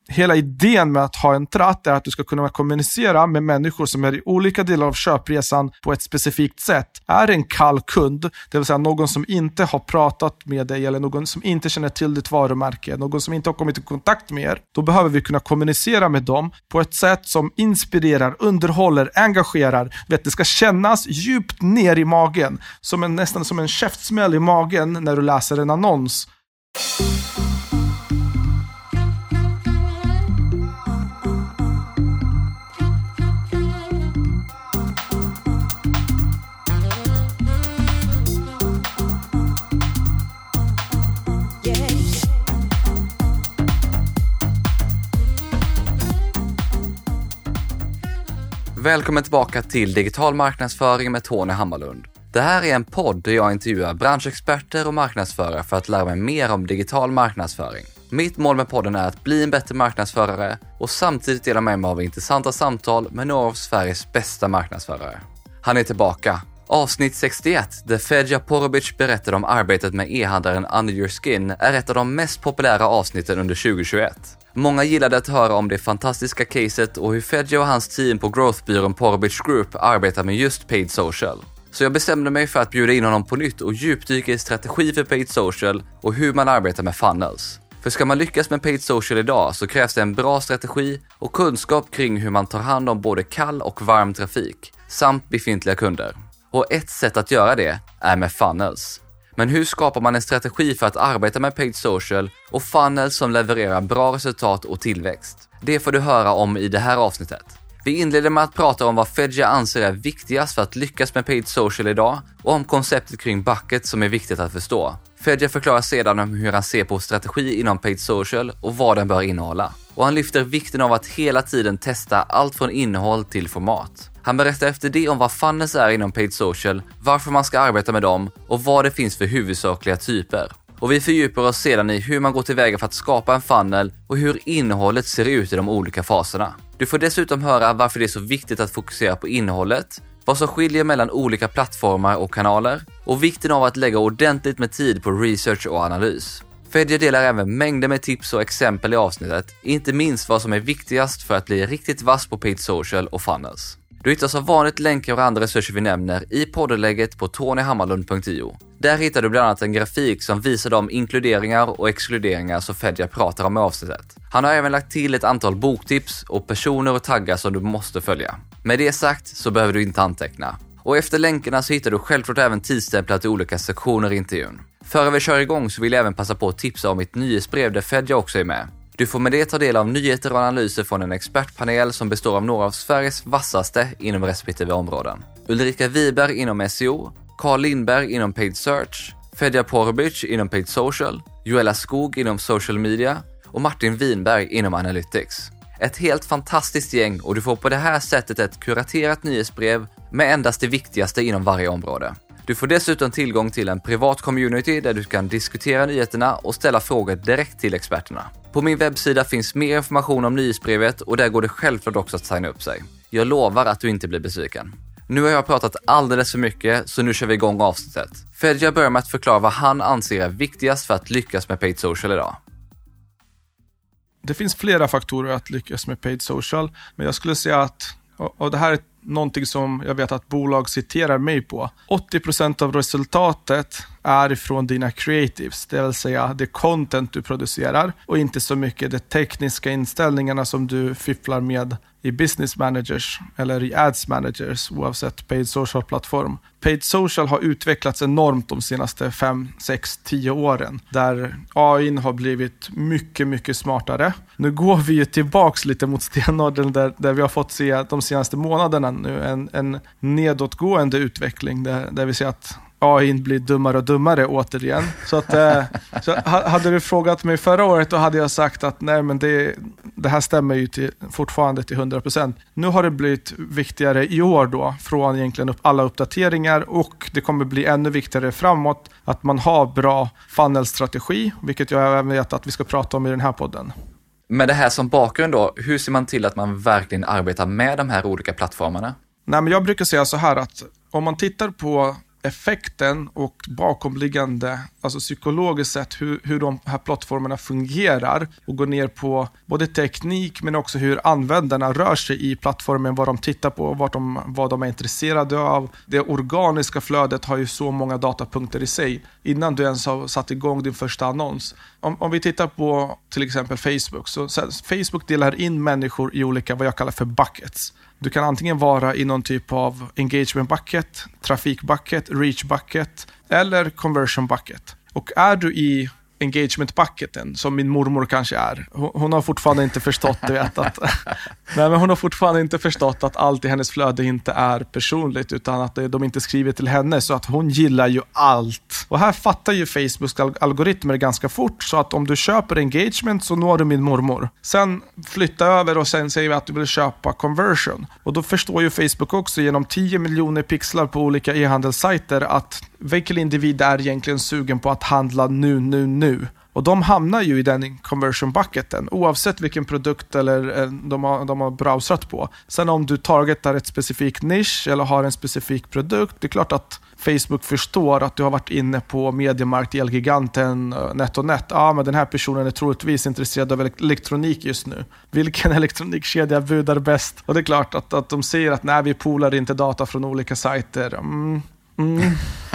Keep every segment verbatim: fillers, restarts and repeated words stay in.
hela idén med att ha en tratt är att du ska kunna kommunicera med människor som är i olika delar av köpresan på ett specifikt sätt. Är en kall kund, det vill säga någon som inte har pratat med dig eller någon som inte känner till ditt varumärke, någon som inte har kommit i kontakt med er, då behöver vi kunna kommunicera med dem på ett sätt som inspirerar, underhåller, engagerar. Vet, det ska kännas djupt ner i magen, som en, nästan som en käftsmäll i magen när du läser en annons. Välkommen tillbaka till Digital marknadsföring med Tony Hammarlund. Det här är en podd där jag intervjuar branschexperter och marknadsförare för att lära mig mer om digital marknadsföring. Mitt mål med podden är att bli en bättre marknadsförare och samtidigt dela med mig av intressanta samtal med några av Sveriges bästa marknadsförare. Han är tillbaka. Avsnitt sextioett, där Fedja Porobic berättade om arbetet med e-handlaren Under Your Skin, är ett av de mest populära avsnitten under tjugohundratjugoett. Många gillade att höra om det fantastiska caset och hur Fedja och hans team på growthbyrån Porobic Group arbetar med just paid social. Så jag bestämde mig för att bjuda in honom på nytt och djupdyka i strategi för paid social och hur man arbetar med funnels. För ska man lyckas med paid social idag så krävs det en bra strategi och kunskap kring hur man tar hand om både kall och varm trafik samt befintliga kunder. Och ett sätt att göra det är med funnels. Men hur skapar man en strategi för att arbeta med paid social och funnels som levererar bra resultat och tillväxt? Det får du höra om i det här avsnittet. Vi inleder med att prata om vad Fedja anser är viktigast för att lyckas med paid social idag och om konceptet kring bucket som är viktigt att förstå. Fedja förklarar sedan om hur han ser på strategi inom paid social och vad den bör innehålla. Och han lyfter vikten av att hela tiden testa allt från innehåll till format. Han berättar efter det om vad funnels är inom paid social, varför man ska arbeta med dem och vad det finns för huvudsakliga typer. Och vi fördjupar oss sedan i hur man går tillväga för att skapa en funnel och hur innehållet ser ut i de olika faserna. Du får dessutom höra varför det är så viktigt att fokusera på innehållet, vad som skiljer mellan olika plattformar och kanaler och vikten av att lägga ordentligt med tid på research och analys. Fedja delar även mängder med tips och exempel i avsnittet, inte minst vad som är viktigast för att bli riktigt vass på paid social och funnels. Du hittar som vanligt länkar och andra resurser vi nämner i poddlägget på tony hammarlund punkt io. Där hittar du bland annat en grafik som visar de inkluderingar och exkluderingar som Fedja pratar om i avsnittet. Han har även lagt till ett antal boktips och personer och taggar som du måste följa. Med det sagt så behöver du inte anteckna. Och efter länkarna så hittar du självklart även tidsstämplar till olika sektioner i intervjun. Före vi kör igång så vill jag även passa på att tipsa om mitt nyhetsbrev där Fedja också är med. Du får med det ta del av nyheter och analyser från en expertpanel som består av några av Sveriges vassaste inom respektive områden. Ulrika Wiberg inom S E O, Carl Lindberg inom paid search, Fedja Porobic inom paid social, Joella Skog inom social media och Martin Winberg inom analytics. Ett helt fantastiskt gäng och du får på det här sättet ett kuraterat nyhetsbrev med endast det viktigaste inom varje område. Du får dessutom tillgång till en privat community där du kan diskutera nyheterna och ställa frågor direkt till experterna. På min webbsida finns mer information om nyhetsbrevet och där går det självklart också att signa upp sig. Jag lovar att du inte blir besviken. Nu har jag pratat alldeles för mycket så nu kör vi igång avsnittet. Fedja börjar med att förklara vad han anser är viktigast för att lyckas med paid social idag. Det finns flera faktorer att lyckas med paid social, men jag skulle säga att, och det här är någonting som jag vet att bolag citerar mig på, åttio procent av resultatet är ifrån dina creatives, det vill säga det content du producerar och inte så mycket de tekniska inställningarna som du fifflar med i business managers eller i ads managers oavsett paid social plattform. Paid social har utvecklats enormt de senaste fem, sex, tio åren där A I har blivit mycket, mycket smartare. Nu går vi ju tillbaks lite mot stenåldern där, där vi har fått se de senaste månaderna nu en, en nedåtgående utveckling där, där vi ser att A I blir dummare och dummare återigen. Så att eh, så hade du frågat mig förra året då hade jag sagt att nej, men det, det här stämmer ju till, fortfarande till hundra procent. Nu har det blivit viktigare i år då från egentligen upp alla uppdateringar och det kommer bli ännu viktigare framåt att man har bra funnelstrategi, vilket jag även vet att vi ska prata om i den här podden. Med det här som bakgrund då, hur ser man till att man verkligen arbetar med de här olika plattformarna? Nej, men jag brukar säga så här att om man tittar på effekten och bakomliggande, alltså psykologiskt sett hur, hur de här plattformarna fungerar och går ner på både teknik men också hur användarna rör sig i plattformen, vad de tittar på, vad de, vad de är intresserade av. Det organiska flödet har ju så många datapunkter i sig innan du ens har satt igång din första annons. Om, om vi tittar på till exempel Facebook, så, så Facebook delar in människor i olika, vad jag kallar för buckets. Du kan antingen vara i någon typ av engagement bucket, trafik bucket, reach bucket eller conversion bucket. Och är du i engagement bucketen, som min mormor kanske är, hon, hon har fortfarande inte förstått, du vet, att, nej, men hon har fortfarande inte förstått att allt i hennes flöde inte är personligt, utan att de inte skriver till henne, så att hon gillar ju allt. Och här fattar ju Facebooks algoritmer ganska fort, så att om du köper engagement så når du min mormor. Sen flytta över och sen säger vi att du vill köpa conversion. Och då förstår ju Facebook också genom tio miljoner pixlar på olika e-handelssajter att vilken individ är egentligen sugen på att handla nu, nu, nu. Och de hamnar ju i den conversion bucketen oavsett vilken produkt eller de har, de har browsat på. Sen om du targetar ett specifikt nisch eller har en specifik produkt, det är klart att Facebook förstår att du har varit inne på Mediamarkt, Elgiganten, NetOnNet. Ja, men den här personen är troligtvis intresserad av elektronik just nu. Vilken elektronikkedja budar bäst? Och det är klart att, att de säger att nej, vi polar inte data från olika sajter. Mm. Mm.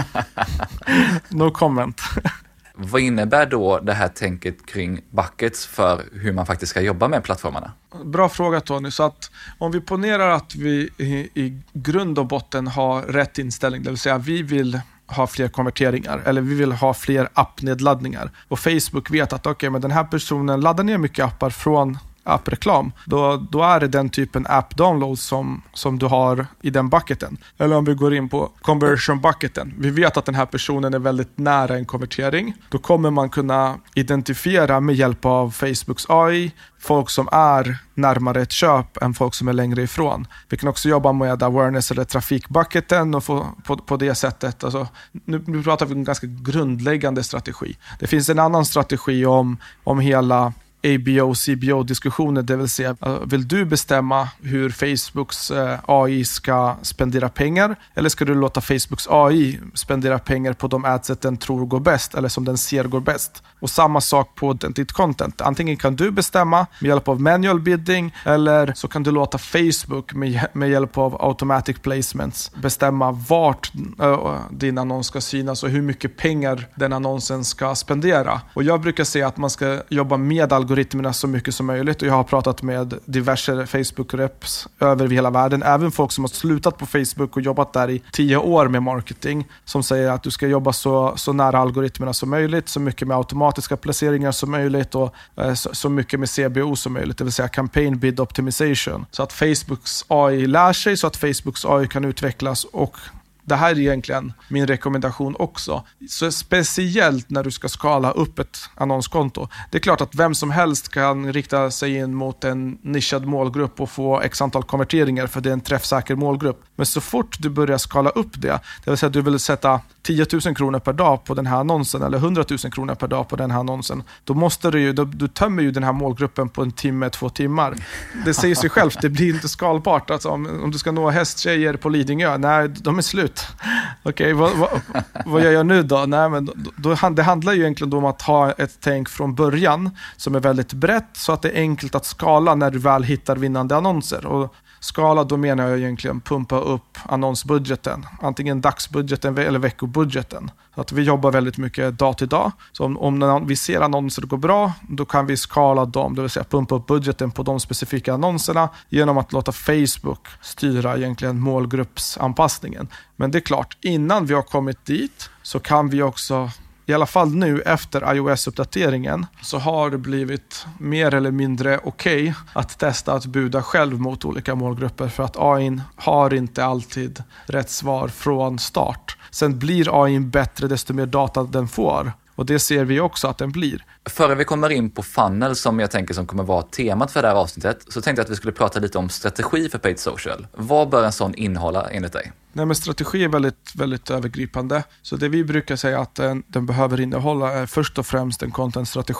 No comment. Vad innebär då det här tänket kring buckets för hur man faktiskt ska jobba med plattformarna? Bra fråga, Tony. Så att om vi ponerar att vi i, i grund och botten har rätt inställning, det vill säga vi vill ha fler konverteringar eller vi vill ha fler appnedladdningar och Facebook vet att okej, okay, men den här personen laddar ner mycket appar från appreklam, då, då är det den typen app-download som, som du har i den bucketen. Eller om vi går in på conversion-bucketen. Vi vet att den här personen är väldigt nära en konvertering. Då kommer man kunna identifiera med hjälp av Facebooks A I folk som är närmare ett köp än folk som är längre ifrån. Vi kan också jobba med awareness eller trafikbucketen och få på, på det sättet. Alltså, nu, nu pratar vi om en ganska grundläggande strategi. Det finns en annan strategi om, om hela A B O, C B O-diskussioner, det vill säga, vill du bestämma hur Facebooks A I ska spendera pengar eller ska du låta Facebooks A I spendera pengar på de adset den tror går bäst eller som den ser går bäst? Och samma sak på ditt content. Antingen kan du bestämma med hjälp av manual bidding eller så kan du låta Facebook med, med hjälp av automatic placements bestämma vart uh, din annons ska synas och hur mycket pengar den annonsen ska spendera. Och jag brukar säga att man ska jobba med algoritmerna så mycket som möjligt och jag har pratat med diverse Facebook-reps över hela världen, även folk som har slutat på Facebook och jobbat där i tio år med marketing, som säger att du ska jobba så, så nära algoritmerna som möjligt, så mycket med automatiska placeringar som möjligt och eh, så, så mycket med C B O som möjligt, det vill säga campaign bid optimization, så att Facebooks A I lär sig, så att Facebooks A I kan utvecklas. Och det här är egentligen min rekommendation också. Så speciellt när du ska skala upp ett annonskonto. Det är klart att vem som helst kan rikta sig in mot en nischad målgrupp och få x antal konverteringar för det är en träffsäker målgrupp. Men så fort du börjar skala upp det, det vill säga att du vill sätta tio tusen kronor per dag på den här annonsen eller hundra tusen kronor per dag på den här annonsen, då måste du ju, då, du tömmer ju den här målgruppen på en timme, två timmar. Det säger sig självt, det blir inte skalbart. Alltså om, om du ska nå hästtjejer på Lidingö, nej, de är slut. Okej, okay, vad, vad, vad gör jag nu då? Nej, men då, då, det handlar ju egentligen om att ha ett tänk från början som är väldigt brett så att det är enkelt att skala när du väl hittar vinnande annonser. Och skala, då menar jag egentligen pumpa upp annonsbudgeten. Antingen dagsbudgeten eller veckobudgeten. Så att vi jobbar väldigt mycket dag till dag. Så om, om vi ser annonser går bra, då kan vi skala dem. Det vill säga pumpa upp budgeten på de specifika annonserna genom att låta Facebook styra egentligen målgruppsanpassningen. Men det är klart, innan vi har kommit dit så kan vi också, i alla fall nu efter iOS-uppdateringen, så har det blivit mer eller mindre okej okay att testa att buda själv mot olika målgrupper, för att A I har inte alltid rätt svar från start. Sen blir A I bättre desto mer data den får. Och det ser vi också att den blir. Före vi kommer in på funnel, som jag tänker som kommer vara temat för det här avsnittet, så tänkte jag att vi skulle prata lite om strategi för paid social. Vad bör en sån innehålla enligt dig? Nej, men strategi är väldigt, väldigt övergripande. Så det vi brukar säga att den, den behöver innehålla är först och främst en content-strategi.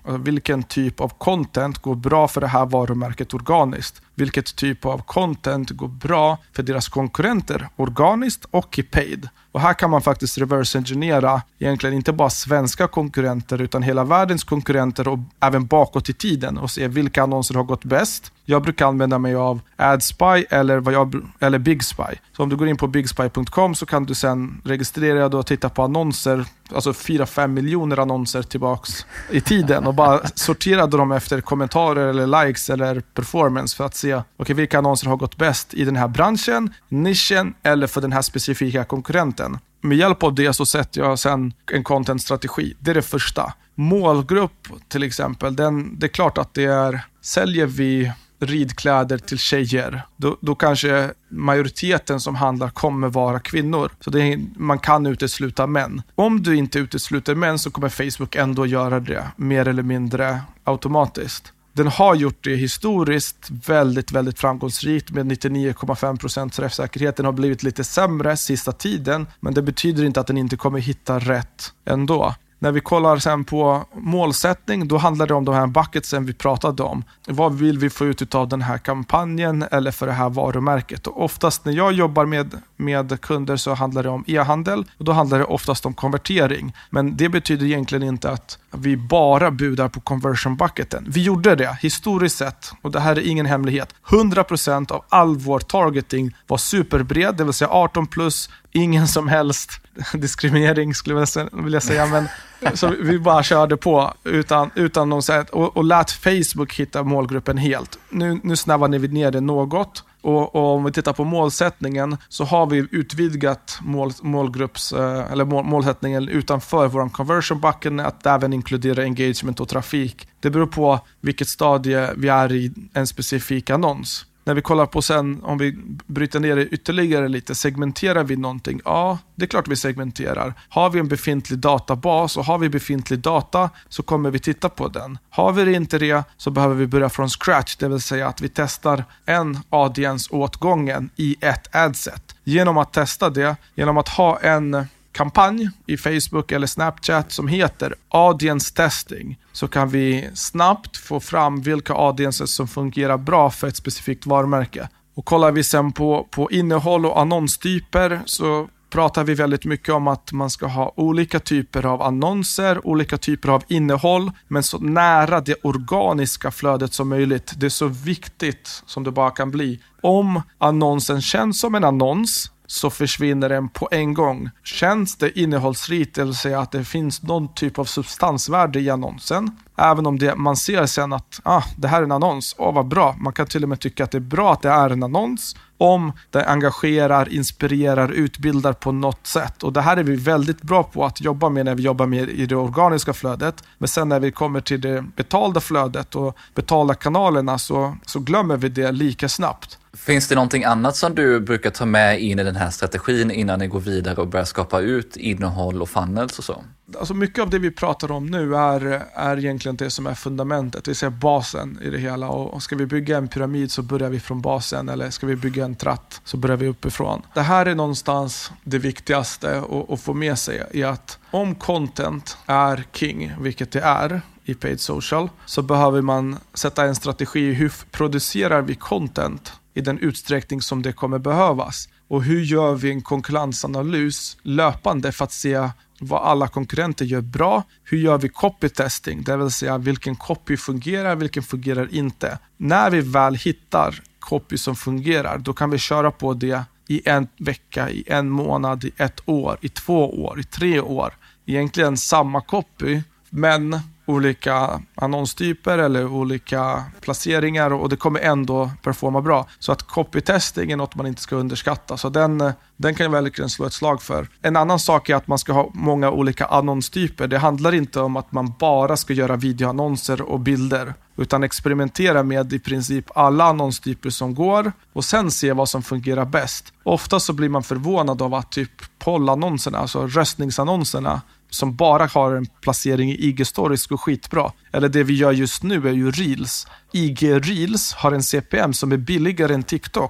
Vilken typ av content går bra för det här varumärket organiskt? Vilket typ av content går bra för deras konkurrenter organiskt och i paid? Och här kan man faktiskt reverse engineera egentligen inte bara svenska konkurrenter utan hela världens konkurrenter och även bakåt i tiden och se vilka annonser har gått bäst. Jag brukar använda mig av AdSpy eller, vad jag, eller BigSpy. Så om du går in på bigspy punkt com så kan du sen registrera och titta på annonser, alltså fyra fem miljoner annonser tillbaks i tiden och bara sortera dem efter kommentarer eller likes eller performance för att se okay, vilka annonser har gått bäst i den här branschen, nischen eller för den här specifika konkurrenten. Med hjälp av det så sätter jag sen en content-strategi. Det är det första. Målgrupp till exempel, den, det är klart att det är, säljer vi ridkläder till tjejer, då, då kanske majoriteten som handlar kommer vara kvinnor. Så det är, man kan utesluta män. Om du inte utesluter män så kommer Facebook ändå göra det mer eller mindre automatiskt. Den har gjort det historiskt väldigt, väldigt framgångsrikt med nittionio komma fem procent träffsäkerhet. Den har blivit lite sämre sista tiden, men det betyder inte att den inte kommer hitta rätt ändå. När vi kollar sen på målsättning, då handlar det om de här bucketsen vi pratade om. Vad vill vi få ut av den här kampanjen eller för det här varumärket? Och oftast när jag jobbar med, med kunder så handlar det om e-handel och då handlar det oftast om konvertering. Men det betyder egentligen inte att vi bara budar på conversion bucketen. Vi gjorde det historiskt sett och det här är ingen hemlighet. hundra procent av all vår targeting var superbred, det vill säga arton plus, ingen som helst diskriminering skulle jag vilja säga, men så vi bara körde på utan, utan någon sätt och, och lät Facebook hitta målgruppen helt. Nu, nu snävar vi ner det något och, och om vi tittar på målsättningen så har vi utvidgat mål, målgrupps, eller mål, målsättningen utanför vår conversion bucket att även inkludera engagement och trafik. Det beror på vilket stadie vi är i en specifik annons. När vi kollar på sen, om vi bryter ner det ytterligare lite, segmenterar vi någonting? Ja, det är klart vi segmenterar. Har vi en befintlig databas och har vi befintlig data så kommer vi titta på den. Har vi inte det så behöver vi börja från scratch, det vill säga att vi testar en audience åt gången i ett adset. Genom att testa det, genom att ha en kampanj i Facebook eller Snapchat som heter audience testing så kan vi snabbt få fram vilka audiences som fungerar bra för ett specifikt varumärke. Och kollar vi sen på, på innehåll och annonstyper så pratar vi väldigt mycket om att man ska ha olika typer av annonser, olika typer av innehåll, men så nära det organiska flödet som möjligt. Det är så viktigt som det bara kan bli. Om annonsen känns som en annons så försvinner den på en gång. Känns det innehållsrikt, det vill säga att det finns någon typ av substansvärde i annonsen, även om det, man ser sen att ah, det här är en annons, åh vad bra. Man kan till och med tycka att det är bra att det är en annons om det engagerar, inspirerar, utbildar på något sätt. Och det här är vi väldigt bra på att jobba med när vi jobbar med i det organiska flödet. Men sen när vi kommer till det betalda flödet och betalda kanalerna så, så glömmer vi det lika snabbt. Finns det någonting annat som du brukar ta med in i den här strategin innan ni går vidare och börjar skapa ut innehåll och funnels och så? Alltså mycket av det vi pratar om nu är, är egentligen det som är fundamentet, det vill säga basen i det hela. Och ska vi bygga en pyramid så börjar vi från basen, eller ska vi bygga en tratt så börjar vi uppifrån. Det här är någonstans det viktigaste att, att få med sig i att om content är king, vilket det är i paid social, så behöver man sätta en strategi. Hur producerar vi content i den utsträckning som det kommer behövas? Och hur gör vi en konkurrensanalys löpande för att se vad alla konkurrenter gör bra? Hur gör vi copy-testing? Det vill säga vilken copy fungerar, vilken fungerar inte. När vi väl hittar copy som fungerar, då kan vi köra på det i en vecka, i en månad, i ett år, i två år, i tre år. Egentligen samma copy, men olika annonstyper eller olika placeringar, och det kommer ändå performa bra. Så att copy-testing är något man inte ska underskatta. Så den, den kan jag verkligen slå ett slag för. En annan sak är att man ska ha många olika annonstyper. Det handlar inte om att man bara ska göra videoannonser och bilder, utan experimentera med i princip alla annonstyper som går och sen se vad som fungerar bäst. Ofta så blir man förvånad av att typ pollannonserna, alltså röstningsannonserna, som bara har en placering i I G-stories går skitbra. Eller det vi gör just nu är ju Reels. I G Reels har en C P M som är billigare än TikTok.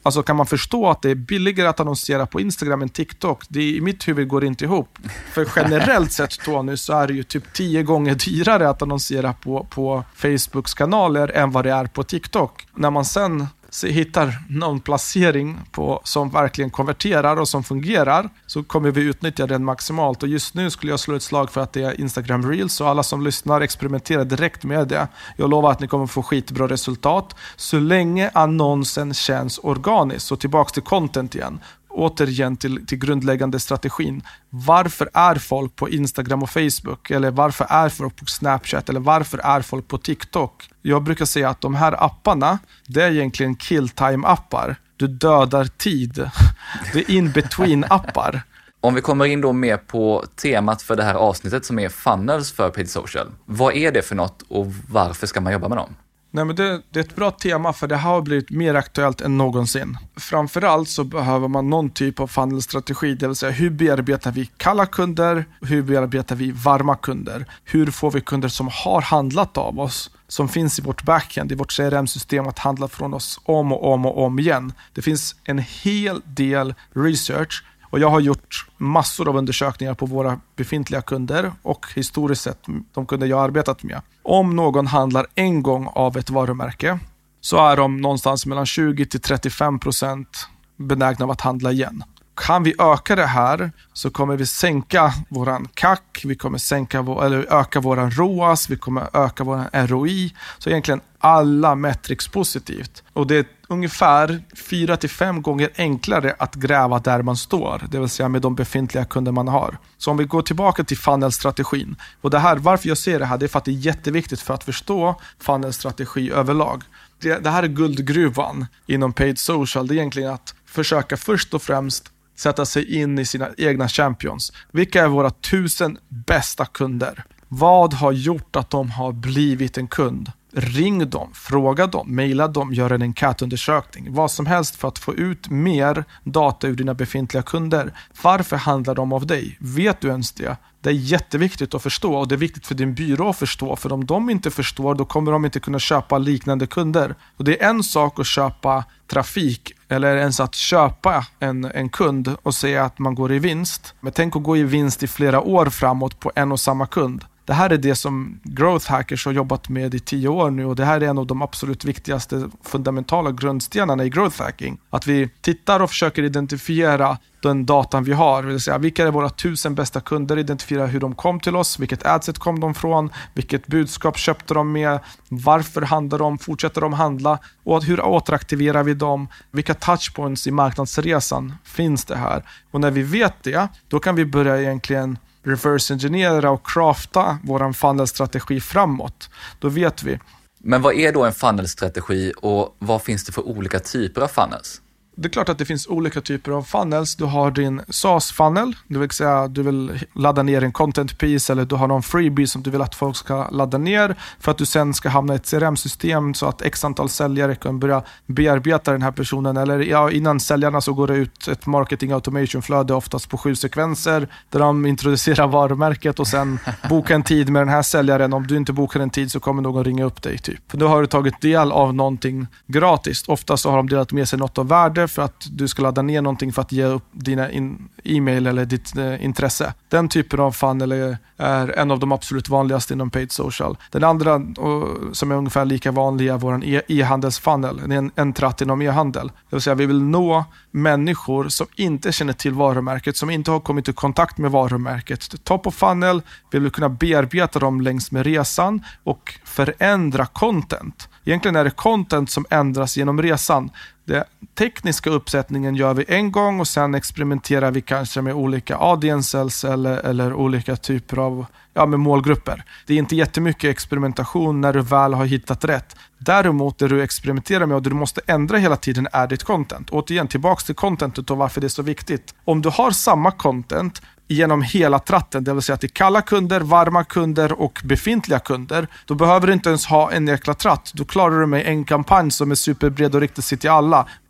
Alltså kan man förstå att det är billigare att annonsera på Instagram än TikTok? Det i mitt huvud går inte ihop. För generellt sett, Tony, så är det ju typ tio gånger dyrare att annonsera på, på Facebooks kanaler än vad det är på TikTok. När man sen hittar någon placering på, som verkligen konverterar och som fungerar, så kommer vi utnyttja den maximalt. Och just nu skulle jag slå ett slag för att det är Instagram Reels, och alla som lyssnar experimenterar direkt med det. Jag lovar att ni kommer få skitbra resultat så länge annonsen känns organisk. Så tillbaka till content igen. Återigen till, till grundläggande strategin. Varför är folk på Instagram och Facebook? Eller varför är folk på Snapchat? Eller varför är folk på TikTok? Jag brukar säga att de här apparna, det är egentligen kill time-appar. Du dödar tid. Det är in-between-appar. Om vi kommer in då mer på temat för det här avsnittet som är funnels för paid social. Vad är det för något och varför ska man jobba med dem? Nej, men det, det är ett bra tema, för det har blivit mer aktuellt än någonsin. Framförallt så behöver man någon typ av funnelstrategi, det vill säga hur bearbetar vi kalla kunder, hur bearbetar vi varma kunder, hur får vi kunder som har handlat av oss, som finns i vårt backend, i vårt C R M-system, att handla från oss om och om och om igen. Det finns en hel del research. Och jag har gjort massor av undersökningar på våra befintliga kunder och historiskt sett de kunder jag har arbetat med. Om någon handlar en gång av ett varumärke så är de någonstans mellan tjugo till trettiofem procent benägna av att handla igen. Kan vi öka det här så kommer vi sänka våran C A C, vi kommer sänka vår, eller öka våran R O A S, vi kommer öka våran R O I. Så egentligen alla metrics positivt. Och det är ungefär fyra till fem gånger enklare att gräva där man står, det vill säga med de befintliga kunder man har. Så om vi går tillbaka till funnelstrategin. Och det här, varför jag ser det här, det är för att det är jätteviktigt för att förstå funnelstrategi överlag. Det, det här är guldgruvan inom paid social. Det är egentligen att försöka först och främst sätta sig in i sina egna champions. Vilka är våra tusen bästa kunder? Vad har gjort att de har blivit en kund? Ring dem, fråga dem, mejla dem, gör en enkätundersökning. Vad som helst för att få ut mer data ur dina befintliga kunder. Varför handlar de av dig? Vet du ens det? Det är jätteviktigt att förstå, och det är viktigt för din byrå att förstå. För om de inte förstår, då kommer de inte kunna köpa liknande kunder. Och det är en sak att köpa trafik eller ens att köpa en, en kund och säga att man går i vinst. Men tänk att gå i vinst i flera år framåt på en och samma kund. Det här är det som growth hackers har jobbat med i tio år nu, och det här är en av de absolut viktigaste fundamentala grundstenarna i growth hacking. Att vi tittar och försöker identifiera den datan vi har, det vill säga vilka är våra tusen bästa kunder, identifiera hur de kom till oss, vilket adset kom de från, vilket budskap köpte de med, varför handlar de, fortsätter de handla, och hur återaktiverar vi dem, vilka touchpoints i marknadsresan finns det här. Och när vi vet det, då kan vi börja egentligen reverse engineera och crafta våran funnelstrategi framåt. Då vet vi. Men vad är då en funnelstrategi och vad finns det för olika typer av funnels? Det är klart att det finns olika typer av funnels. Du har din S A S-funnel, det vill säga du vill ladda ner en content piece, eller du har någon freebie som du vill att folk ska ladda ner för att du sen ska hamna i ett C R M-system så att x antal säljare kan börja bearbeta den här personen. Eller ja, innan säljarna så går det ut ett marketing automation-flöde, oftast på sju sekvenser, där de introducerar varumärket och sen boka en tid med den här säljaren. Om du inte bokar en tid så kommer någon ringa upp dig typ. För då har du tagit del av någonting gratis. Ofta så har de delat med sig något av värde för att du ska ladda ner någonting för att ge upp dina in- e-mail eller ditt eh, intresse. Den typen av funnel är, är en av de absolut vanligaste inom paid social. Den andra, och, som är ungefär lika vanlig, är vår e- e-handelsfunnel. Det är en, en tratt inom e-handel. Det vill säga vi vill nå människor som inte känner till varumärket, som inte har kommit i kontakt med varumärket. Top of funnel, vi vill kunna bearbeta dem längs med resan och förändra content. Egentligen är det content som ändras genom resan. Den tekniska uppsättningen gör vi en gång och sen experimenterar vi kanske med olika audiences eller, eller olika typer av ja, med målgrupper. Det är inte jättemycket experimentation när du väl har hittat rätt. Däremot det du experimenterar med och det du måste ändra hela tiden är ditt content. Återigen tillbaks till contentet och varför det är så viktigt. Om du har samma content genom hela tratten, det vill säga till kalla kunder, varma kunder och befintliga kunder, då behöver du inte ens ha en jäkla tratt. Då klarar du med en kampanj som är superbred och riktar sig till alla.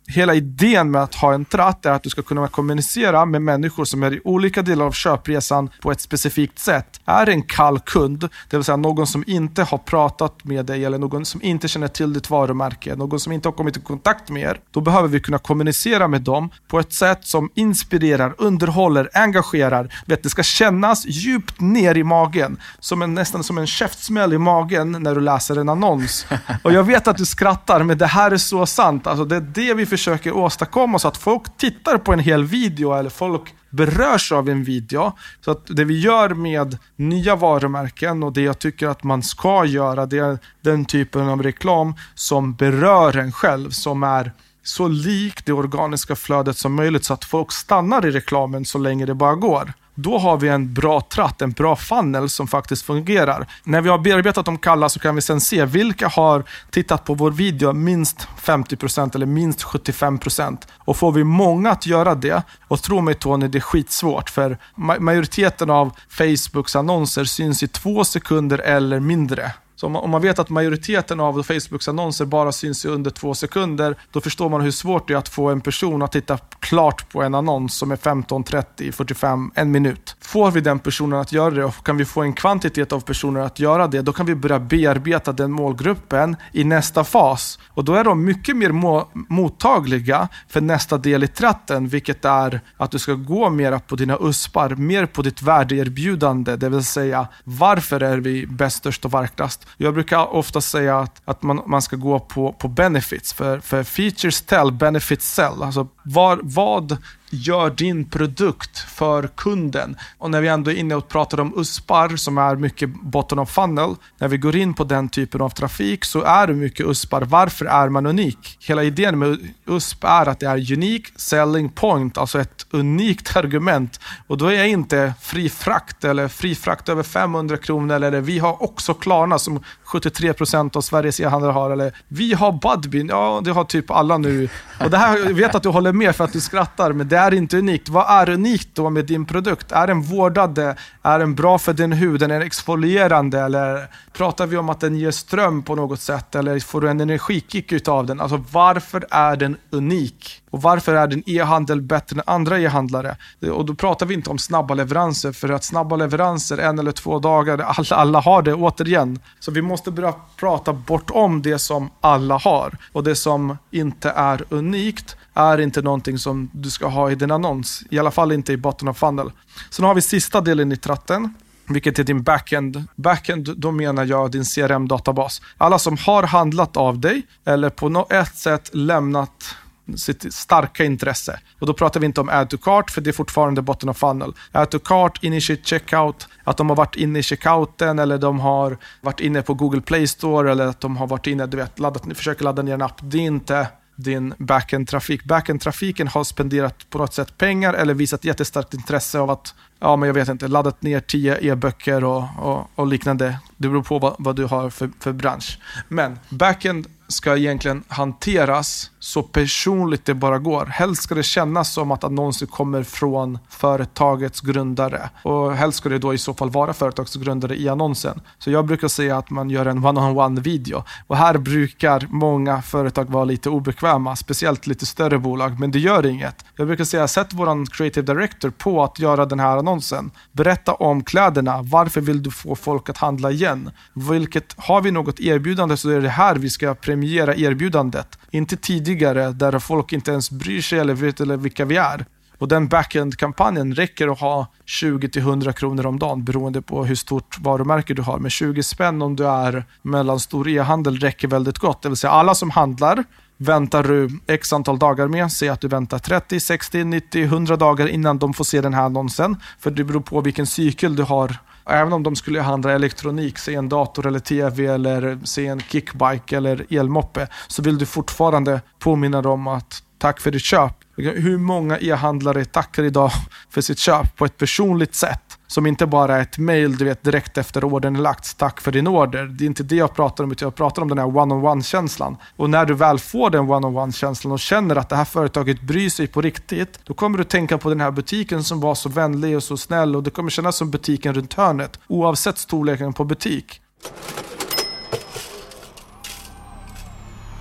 hela idén med att ha en tratt är att du ska kunna kommunicera med människor som är i olika delar av köpresan på ett specifikt sätt. Är en kall kund, det vill säga någon som inte har pratat med dig eller någon som inte känner till ditt varumärke, någon som inte har kommit i kontakt med er, då behöver vi kunna kommunicera med dem på ett sätt som inspirerar, underhåller, engagerar. Vet, det ska kännas djupt ner i magen, som en, nästan som en käftsmäll i magen när du läser en annons. Och jag vet att du skrattar, men det här är så sant. Alltså det är det vi försöker åstadkomma, så att folk tittar på en hel video eller folk berörs av en video. Så att det vi gör med nya varumärken och det jag tycker att man ska göra, det är den typen av reklam som berör en själv, som är så lik det organiska flödet som möjligt, så att folk stannar i reklamen så länge det bara går. Då har vi en bra tratt, en bra funnel som faktiskt fungerar. När vi har bearbetat de kalla så kan vi sen se vilka har tittat på vår video minst femtio procent eller minst sjuttiofem procent. Och får vi många att göra det, och tro mig Tony, det är skitsvårt, för majoriteten av Facebooks annonser syns i två sekunder eller mindre. Så om man vet att majoriteten av Facebooks annonser bara syns i under två sekunder, då förstår man hur svårt det är att få en person att titta klart på en annons som är femton, trettio, fyrtiofem, en minut. Får vi den personen att göra det, och kan vi få en kvantitet av personer att göra det, då kan vi börja bearbeta den målgruppen i nästa fas. Och då är de mycket mer må- mottagliga för nästa del i tratten, vilket är att du ska gå mer på dina uspar, mer på ditt värdeerbjudande, det vill säga varför är vi bäst, störst och varkast. Jag brukar ofta säga att, att man, man ska gå på, på benefits, för, för features tell, benefits sell. Alltså var, vad gör din produkt för kunden? Och när vi ändå är inne och pratar om U S P-ar som är mycket bottom of funnel, när vi går in på den typen av trafik så är det mycket U S P-ar. Varför är man unik? Hela idén med U S P är att det är unique selling point, alltså ett unikt argument. Och då är jag inte fri frakt eller fri frakt över femhundra kronor, eller vi har också Klarna som sjuttiotre procent av Sveriges e-handlare har, eller vi har Budbee, ja det har typ alla nu. Och det här, jag vet att du håller med för att du skrattar, men det är inte unikt. Vad är unikt då med din produkt? Är den vårdade? Är den bra för din hud? Är den exfolierande? Eller pratar vi om att den ger ström på något sätt? Eller får du en energikick utav den? Alltså varför är den unik? Och varför är din e-handel bättre än andra e-handlare? Och då pratar vi inte om snabba leveranser, för att snabba leveranser en eller två dagar, alla, alla har det återigen. Så vi måste börja prata bortom det som alla har. Och det som inte är unikt är inte någonting som du ska ha i din annons. I alla fall inte i bottom of funnel. Sen har vi sista delen i tratten, vilket är din backend. Backend, då menar jag din C R M-databas. Alla som har handlat av dig eller på något sätt lämnat sitt starka intresse. Och då pratar vi inte om add to cart, för det är fortfarande bottom of funnel. Add to cart, initiate checkout, att de har varit inne i checkouten, eller de har varit inne på Google Play Store, eller att de har varit inne, du vet, laddat, försöker ladda ner en app. Det är inte din backend-trafik. Backend-trafiken har spenderat på något sätt pengar eller visat jättestarkt intresse av att, ja men jag vet inte, laddat ner tio e-böcker och, och, och liknande. Det beror på vad, vad du har för, för bransch. Men backend ska egentligen hanteras så personligt det bara går. Helst ska det kännas som att annonser kommer från företagets grundare. Och helst ska det då i så fall vara företagsgrundare i annonsen. Så jag brukar säga att man gör en one-on-one video. Och här brukar många företag vara lite obekväma. Speciellt lite större bolag. Men det gör inget. Jag brukar säga, sätt våran creative director på att göra den här annonsen. Berätta om kläderna. Varför vill du få folk att handla igen? Vilket, har vi något erbjudande så är det här vi ska premiera erbjudandet. Inte tidigare där folk inte ens bryr sig eller vet eller vilka vi är. Och den backend-kampanjen räcker att ha tjugo till hundra kronor om dagen beroende på hur stort varumärke du har. Men tjugo spänn om du är mellanstor e-handel räcker väldigt gott. Det vill säga alla som handlar väntar du x antal dagar med. Säg att du väntar trettio, sextio, nittio, hundra dagar innan de får se den här annonsen. För det beror på vilken cykel du har. Även om de skulle handla elektronik, se en dator eller tv eller se en kickbike eller elmoppe, så vill du fortfarande påminna dem att tack för ditt köp. Hur många e-handlare tackar idag för sitt köp på ett personligt sätt? Som inte bara är ett mail, du vet, direkt efter ordern är lagt. Tack för din order. Det är inte det jag pratar om, utan jag pratar om den här one-on-one-känslan. Och när du väl får den one-on-one-känslan och känner att det här företaget bryr sig på riktigt, då kommer du tänka på den här butiken som var så vänlig och så snäll, och det kommer kännas som butiken runt hörnet, oavsett storleken på butik.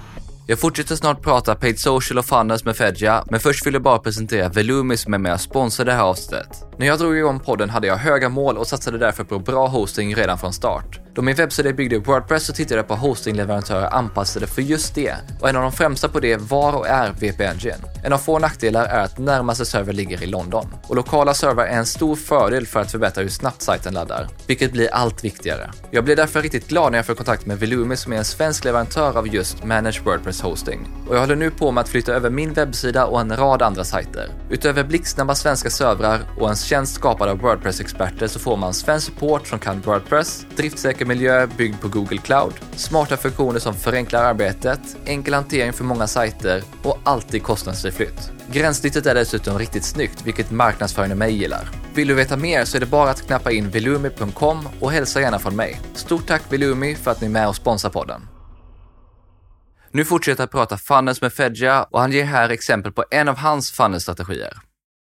Jag fortsätter snart prata paid social och funnels med Fedja, men först vill jag bara presentera Velumi som är med och sponsrar det här avsnittet. När jag drog igång podden hade jag höga mål och satsade därför på bra hosting redan från start. Då min webbsida byggde WordPress så tittade jag på hostingleverantörer anpassade för just det, och en av de främsta på det var och är V P Engine. En av få nackdelar är att närmaste server ligger i London, och lokala server är en stor fördel för att förbättra hur snabbt sajten laddar, vilket blir allt viktigare. Jag blev därför riktigt glad när jag fick kontakt med Velumi som är en svensk leverantör av just Managed WordPress Hosting. Och jag håller nu på med att flytta över min webbsida och en rad andra sajter. Utöver blixtsnabba svenska servrar och en tjänst skapad av WordPress-experter så får man svensk support som kan WordPress, driftsäker miljö byggd på Google Cloud, smarta funktioner som förenklar arbetet, enkel hantering för många sajter och alltid kostnadsfri flytt. Gränssnittet är dessutom riktigt snyggt, vilket marknadsföringen och mig gillar. Vill du veta mer så är det bara att knappa in velumi punkt com och hälsa gärna från mig. Stort tack Velumi för att ni är med och sponsrar podden. Nu fortsätter jag prata funnels med Fedja och han ger här exempel på en av hans funnelstrategier.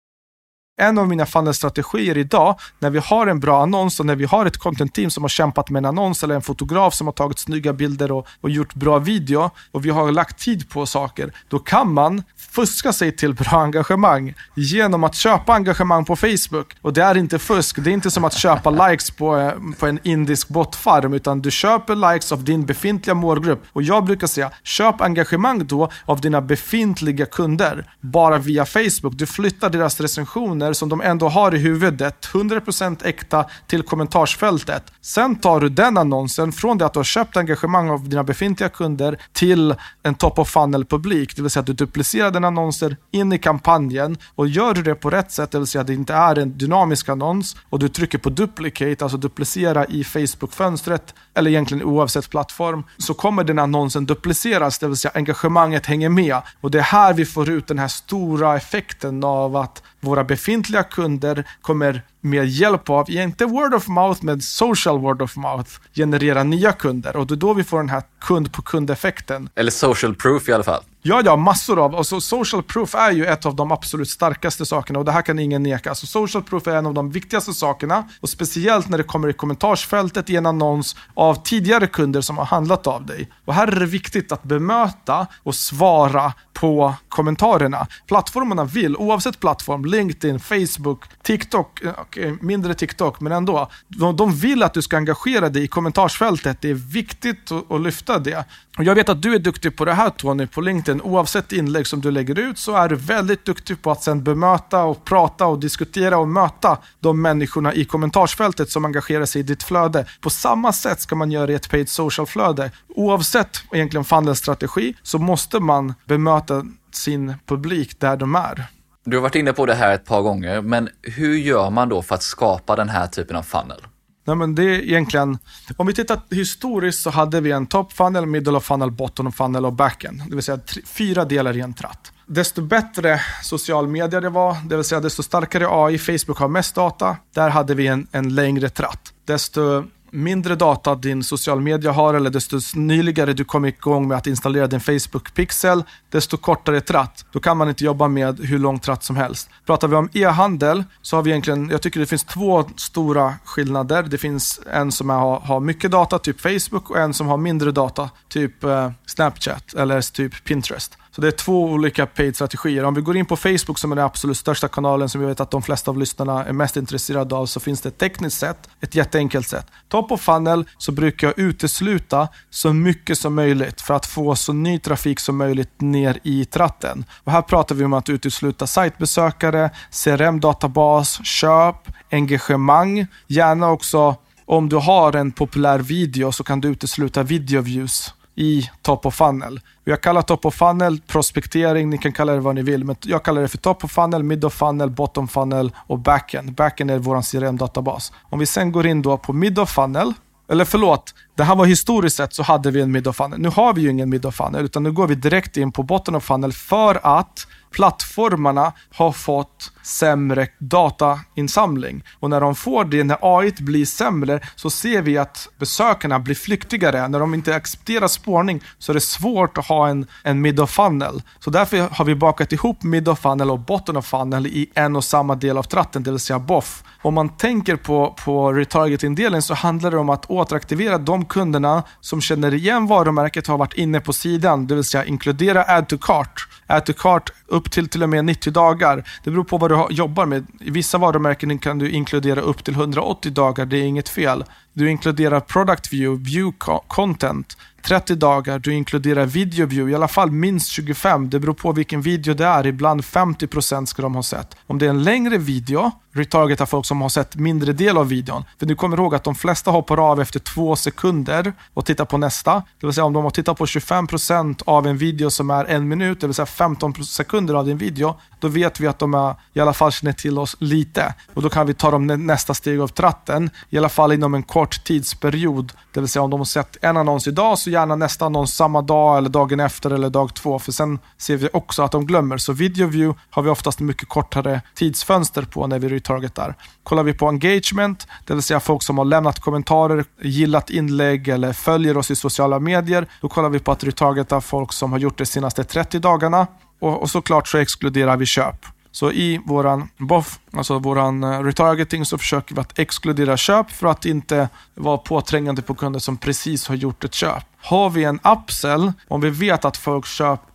En av mina funnelstrategier idag, när vi har en bra annons och när vi har ett content team som har kämpat med en annons eller en fotograf som har tagit snygga bilder och, och gjort bra video och vi har lagt tid på saker, då kan man fuska sig till bra engagemang genom att köpa engagemang på Facebook. Och det är inte fusk, det är inte som att köpa likes på, på en indisk botfarm, utan du köper likes av din befintliga målgrupp. Och jag brukar säga, köp engagemang då av dina befintliga kunder bara via Facebook. Du flyttar deras recensioner som de ändå har i huvudet hundra procent äkta till kommentarsfältet. Sen tar du den annonsen från det att du har köpt engagemang av dina befintliga kunder till en top of funnel publik, det vill säga att du duplicerar den annonser in i kampanjen, och gör du det på rätt sätt, det vill säga att det inte är en dynamisk annons och du trycker på duplicate, alltså duplicera i Facebook-fönstret eller egentligen oavsett plattform, så kommer den annonsen dupliceras, det vill säga engagemanget hänger med, och det är här vi får ut den här stora effekten av att våra befintliga kunder kommer med hjälp av, inte word of mouth, men social word of mouth, generera nya kunder. Och det är då vi får den här kund-på-kund-effekten. Eller social proof i alla fall. Ja, ja, massor av. Och så social proof är ju ett av de absolut starkaste sakerna, och det här kan ingen neka. Så social proof är en av de viktigaste sakerna, och speciellt när det kommer i kommentarsfältet i en annons av tidigare kunder som har handlat av dig. Och här är det viktigt att bemöta och svara på kommentarerna. Plattformarna vill, oavsett plattform, LinkedIn, Facebook, TikTok, okay, mindre TikTok, men ändå, de, de vill att du ska engagera dig i kommentarsfältet. Det är viktigt att, att lyfta det. Och jag vet att du är duktig på det här, Tony, på LinkedIn. Oavsett inlägg som du lägger ut så är du väldigt duktig på att sen bemöta och prata och diskutera och möta de människorna i kommentarsfältet som engagerar sig i ditt flöde. På samma sätt ska man göra i ett paid social-flöde. Oavsett egentligen funnelstrategi så måste man bemöta sin publik där de är. Du har varit inne på det här ett par gånger, men hur gör man då för att skapa den här typen av funnel? Nej, men det är egentligen, om vi tittar historiskt så hade vi en top funnel, middle of funnel, bottom of funnel och backend. Det vill säga tre, fyra delar i en tratt. Desto bättre social media det var, det vill säga desto starkare A I, Facebook har mest data, där hade vi en, en längre tratt. Desto mindre data din social media har, eller desto nyligare du kommer igång med att installera din Facebook Pixel, desto kortare tratt. Då kan man inte jobba med hur lång tratt som helst. Pratar vi om e-handel så har vi egentligen, jag tycker det finns två stora skillnader. Det finns en som har, har mycket data, typ Facebook, och en som har mindre data, typ eh, Snapchat eller typ Pinterest. Så det är två olika paid-strategier. Om vi går in på Facebook som är den absolut största kanalen som vi vet att de flesta av lyssnarna är mest intresserade av, så finns det tekniskt sett ett jätteenkelt sätt. Top of funnel så brukar jag utesluta så mycket som möjligt för att få så ny trafik som möjligt ner i tratten. Och här pratar vi om att utesluta sajtbesökare, C R M-databas, köp, engagemang. Gärna också om du har en populär video så kan du utesluta video views i top of funnel. Jag kallar top of funnel prospektering, ni kan kalla det vad ni vill, men jag kallar det för top of funnel, mid of funnel, bottom funnel och backend. Backend är vår C R M-databas. Om vi sen går in då på mid of funnel, eller förlåt, det här var historiskt sett så hade vi en mid of funnel. Nu har vi ju ingen mid of funnel, utan nu går vi direkt in på bottom of funnel för att plattformarna har fått sämre datainsamling. Och när de får det, när A I blir sämre, så ser vi att besökarna blir flyktigare. När de inte accepterar spårning så är det svårt att ha en, en mid of funnel. Så därför har vi bakat ihop mid of funnel och bottom of funnel i en och samma del av tratten, det vill säga B O F. Om man tänker på, på retargeting-delen så handlar det om att återaktivera de de kunderna som känner igen varumärket har varit inne på sidan, det vill säga inkludera add to cart. Add to cart upp till till och med nittio dagar. Det beror på vad du jobbar med. I vissa varumärken kan du inkludera upp till hundraåttio dagar, det är inget fel. Du inkluderar product view, view content, trettio dagar. Du inkluderar video view, i alla fall minst tjugofem. Det beror på vilken video det är. Ibland femtio procent ska de ha sett. Om det är en längre video, retargetar folk som har sett mindre del av videon. För du kommer ihåg att de flesta hoppar av efter två sekunder och tittar på nästa. Det vill säga om de har tittat på tjugofem procent av en video som är en minut, det vill säga femton sekunder av din video, då vet vi att de är, i alla fall känner till oss lite. Och då kan vi ta dem nästa steg av tratten, i alla fall inom en kort tidsperiod. Det vill säga om de har sett en annons idag, så gärna nästa annons samma dag eller dagen efter eller dag två. För sen ser vi också att de glömmer. Så video view har vi oftast mycket kortare tidsfönster på när vi retargetar. Kollar vi på engagement, det vill säga folk som har lämnat kommentarer, gillat inlägg eller följer oss i sociala medier, då kollar vi på att retargeta folk som har gjort det senaste trettio dagarna. Och, och såklart så exkluderar vi köp. Så i våran B O F, alltså våran retargeting, så försöker vi att exkludera köp för att inte vara påträngande på kunder som precis har gjort ett köp. Har vi en upsell, om vi vet att folk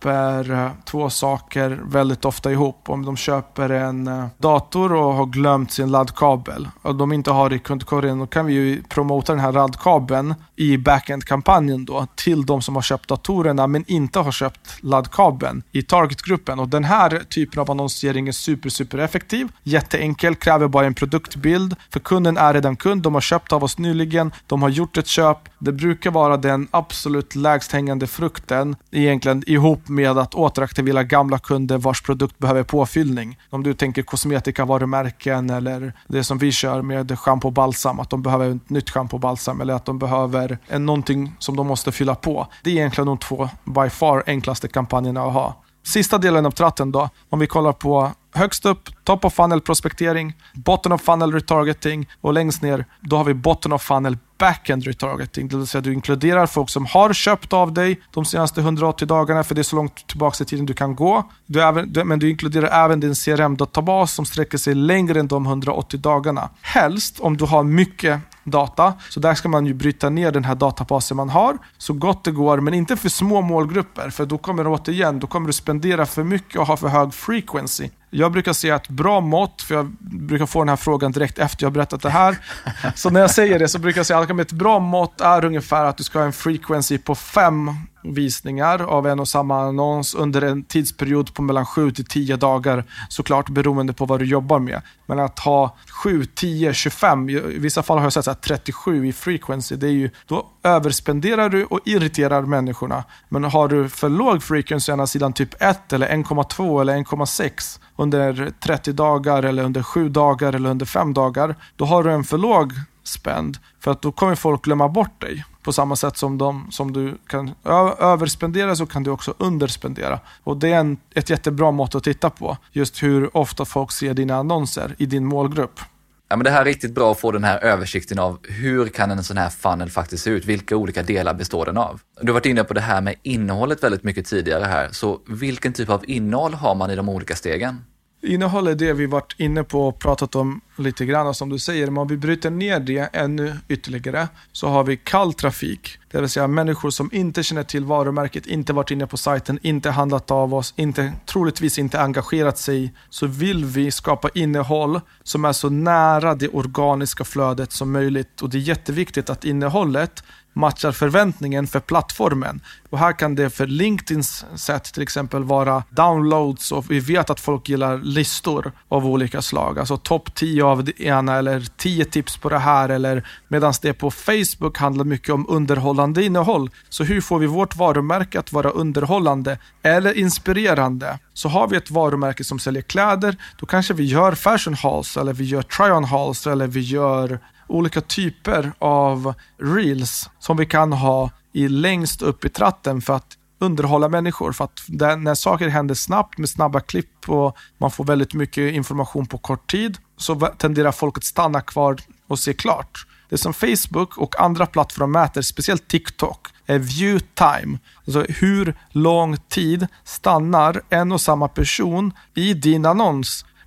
köper två saker väldigt ofta ihop, om de köper en dator och har glömt sin laddkabel och de inte har det i kundkorgen, då kan vi ju promota den här laddkabeln i backend-kampanjen då till de som har köpt datorerna men inte har köpt laddkabeln i targetgruppen. Och den här typen av annonsering är super, super effektiv. Jätteenkel, kräver bara en produktbild. För kunden är redan kund, de har köpt av oss nyligen, de har gjort ett köp. Det brukar vara den absolut lägst hängande frukten egentligen, ihop med att återaktivera gamla kunder vars produkt behöver påfyllning. Om du tänker kosmetika, varumärken eller det som vi kör med shampoo och balsam, att de behöver ett nytt shampoo och balsam eller att de behöver en, någonting som de måste fylla på. Det är egentligen de två by far enklaste kampanjerna att ha. Sista delen av tratten då, om vi kollar på högst upp, top of funnel prospektering, bottom of funnel retargeting och längst ner, då har vi bottom of funnel backend retargeting. Det vill säga du inkluderar folk som har köpt av dig de senaste hundraåttio dagarna, för det är så långt tillbaka i tiden du kan gå. Du även, du, men du inkluderar även din C R M-databas som sträcker sig längre än de hundraåttio dagarna. Helst om du har mycket data, så där ska man ju bryta ner den här databasen man har så gott det går, men inte för små målgrupper, för då kommer du återigen, då kommer du spendera för mycket och ha för hög frequency. Jag brukar säga ett bra mått, för jag brukar få den här frågan direkt efter jag har berättat det här. Så när jag säger det så brukar jag säga att ett bra mått är ungefär att du ska ha en frequency på fem visningar av en och samma annons under en tidsperiod på mellan sju till tio dagar, såklart beroende på vad du jobbar med. Men att ha sju, tio, tjugofem, i vissa fall har jag sett så här trettiosju i frequency, det är ju, då överspenderar du och irriterar människorna. Men har du för låg frequency, ena sidan typ ett eller en komma två eller en komma sex under trettio dagar eller under sju dagar eller under fem dagar, då har du en för låg spend, för att då kommer folk glömma bort dig. På samma sätt som, de, som du kan ö- överspendera, så kan du också underspendera. Och det är en, ett jättebra mått att titta på. Just hur ofta folk ser dina annonser i din målgrupp. Ja, men det här är riktigt bra att få den här översikten av hur kan en sån här funnel faktiskt se ut? Vilka olika delar består den av? Du har varit inne på det här med innehållet väldigt mycket tidigare här. Så vilken typ av innehåll har man i de olika stegen? Innehåll är det vi varit inne på och pratat om lite grann, som du säger. Men om vi bryter ner det ännu ytterligare, så har vi kall trafik. Det vill säga människor som inte känner till varumärket, inte varit inne på sajten, inte handlat av oss, inte, troligtvis inte engagerat sig. Så vill vi skapa innehåll som är så nära det organiska flödet som möjligt. Och det är jätteviktigt att innehållet matchar förväntningen för plattformen. Och här kan det för LinkedIns sätt till exempel vara downloads, och vi vet att folk gillar listor av olika slag. Alltså topp tio av det ena eller tio tips på det här, eller medan det på Facebook handlar mycket om underhållande innehåll. Så hur får vi vårt varumärke att vara underhållande eller inspirerande? Så har vi ett varumärke som säljer kläder, då kanske vi gör fashion hauls eller vi gör try-on hauls eller vi gör olika typer av reels som vi kan ha i längst upp i tratten för att underhålla människor. För att det, när saker händer snabbt med snabba klipp och man får väldigt mycket information på kort tid, så tenderar folk att stanna kvar och se klart. Det som Facebook och andra plattformar mäter, speciellt TikTok, är view time. Alltså hur lång tid stannar en och samma person i din annons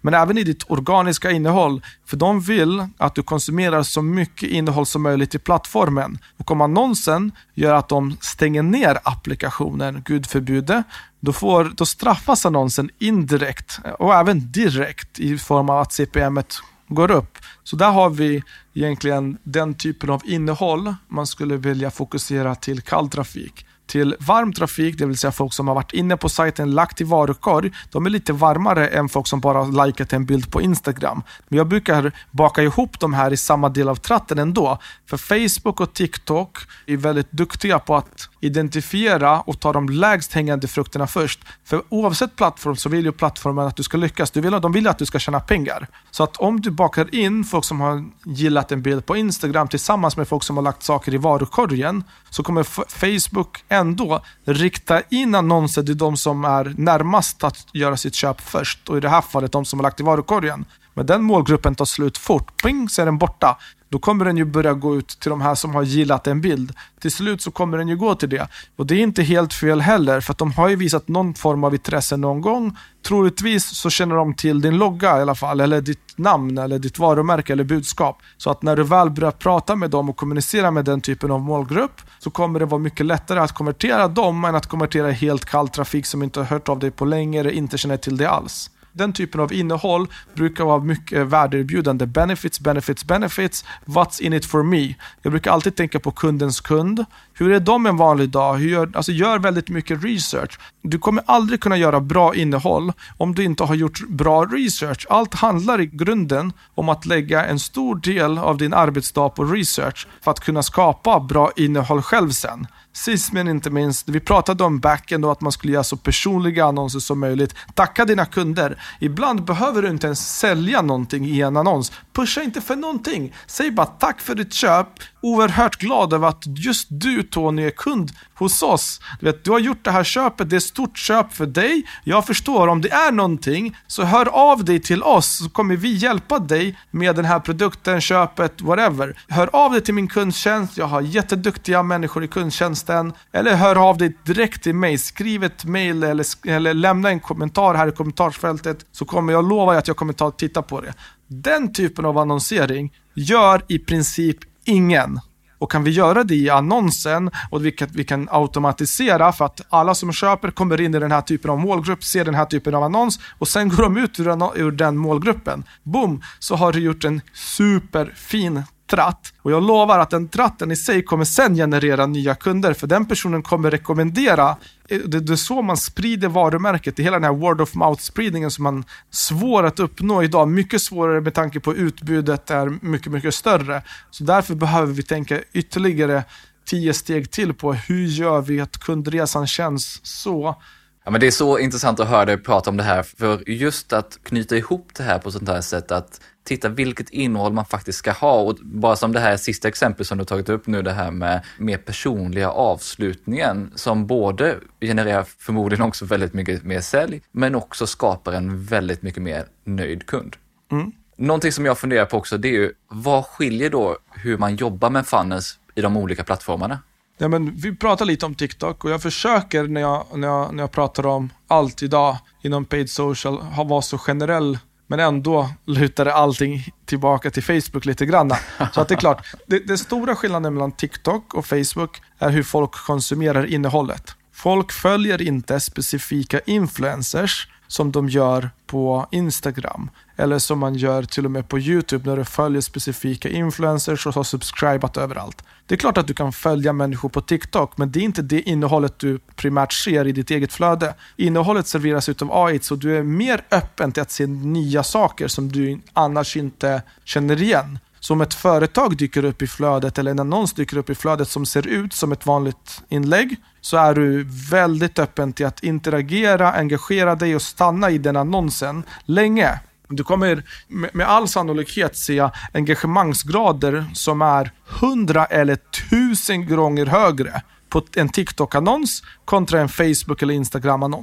men även i ditt organiska innehåll. För de vill att du konsumerar så mycket innehåll som möjligt i plattformen. Och om annonsen gör att de stänger ner applikationen, gud förbjude, då, får, då straffas annonsen indirekt och även direkt i form av att C P M-et går upp. Så där har vi egentligen den typen av innehåll man skulle vilja fokusera till kall trafik. Till varm trafik, det vill säga folk som har varit inne på sajten, lagt i varukorg, de är lite varmare än folk som bara har likat en bild på Instagram. Men jag brukar baka ihop de här i samma del av tratten ändå. För Facebook och TikTok är väldigt duktiga på att identifiera och ta de lägst hängande frukterna först. För oavsett plattform så vill ju plattformen att du ska lyckas. Du vill, de vill att du ska tjäna pengar. Så att om du bakar in folk som har gillat en bild på Instagram tillsammans med folk som har lagt saker i varukorgen, så kommer F- Facebook ändå rikta in annonser till de som är närmast att göra sitt köp först. Och i det här fallet de som har lagt i varukorgen. Men den målgruppen tar slut fort. Ping, så är den borta. Då kommer den ju börja gå ut till de här som har gillat en bild. Till slut så kommer den ju gå till det. Och det är inte helt fel heller, för att de har ju visat någon form av intresse någon gång. Troligtvis så känner de till din logga i alla fall, eller ditt namn, eller ditt varumärke eller budskap. Så att när du väl börjar prata med dem och kommunicera med den typen av målgrupp, så kommer det vara mycket lättare att konvertera dem än att konvertera helt kall trafik som inte har hört av dig på länge eller inte känner till det alls. Den typen av innehåll brukar vara mycket värdeerbjudande. Benefits, benefits, benefits. What's in it for me? Jag brukar alltid tänka på kundens kund. Hur är de en vanlig dag? Hur gör, alltså gör väldigt mycket research. Du kommer aldrig kunna göra bra innehåll om du inte har gjort bra research. Allt handlar i grunden om att lägga en stor del av din arbetsdag på research för att kunna skapa bra innehåll själv sen. Sist men inte minst, vi pratade om backend och att man skulle göra så personliga annonser som möjligt. Tacka dina kunder. Ibland behöver du inte ens sälja någonting i en annons. Pusha inte för någonting. Säg bara tack för ditt köp. Oerhört glad över att just du, Tony, är kund hos oss. Du vet, du har gjort det här köpet. Det är ett stort köp för dig. Jag förstår, om det är någonting så hör av dig till oss, så kommer vi hjälpa dig med den här produkten, köpet, whatever. Hör av dig till min kundtjänst. Jag har jätteduktiga människor i kundtjänsten. Eller hör av dig direkt till mig. Skriv ett mejl eller, eller lämna en kommentar här i kommentarsfältet, så kommer jag lova att jag kommer ta och titta på det. Den typen av annonsering gör i princip ingen. Och kan vi göra det i annonsen och vi kan, vi kan automatisera, för att alla som köper kommer in i den här typen av målgrupp, ser den här typen av annons och sen går de ut ur den, ur den målgruppen. Boom, så har du gjort en superfin tratt. Och jag lovar att den tratten i sig kommer sen generera nya kunder, för den personen kommer rekommendera. Det, det är så man sprider varumärket. Det är hela den här word of mouth spridningen som man svår att uppnå idag. Mycket svårare med tanke på utbudet är mycket, mycket större. Så därför behöver vi tänka ytterligare tio steg till på hur gör vi att kundresan känns så. Ja, men det är så intressant att höra dig prata om det här, för just att knyta ihop det här på sånt här sätt, att titta vilket innehåll man faktiskt ska ha, och bara som det här sista exempel som du tagit upp nu, det här med mer personliga avslutningen som både genererar förmodligen också väldigt mycket mer sälj, men också skapar en väldigt mycket mer nöjd kund. Mm. Någonting som jag funderar på också, det är ju vad skiljer då hur man jobbar med funnels i de olika plattformarna? Ja, men vi pratar lite om TikTok och jag försöker när jag, när jag, när jag pratar om allt idag inom paid social ha vara så generell, men ändå lutar det allting tillbaka till Facebook lite grann. Så att det är klart, det, det stora skillnaden mellan TikTok och Facebook är hur folk konsumerar innehållet. Folk följer inte specifika influencers som de gör på Instagram. Eller som man gör till och med på YouTube när du följer specifika influencers och har subscribat överallt. Det är klart att du kan följa människor på TikTok, men det är inte det innehållet du primärt ser i ditt eget flöde. Innehållet serveras utav A I, så du är mer öppen till att se nya saker som du annars inte känner igen. Så om ett företag dyker upp i flödet eller en annons dyker upp i flödet som ser ut som ett vanligt inlägg, så är du väldigt öppen till att interagera, engagera dig och stanna i den annonsen länge. Du kommer med all sannolikhet se engagemangsgrader som är hundra eller tusen gånger högre på en TikTok-annons kontra en Facebook- eller Instagram-annons.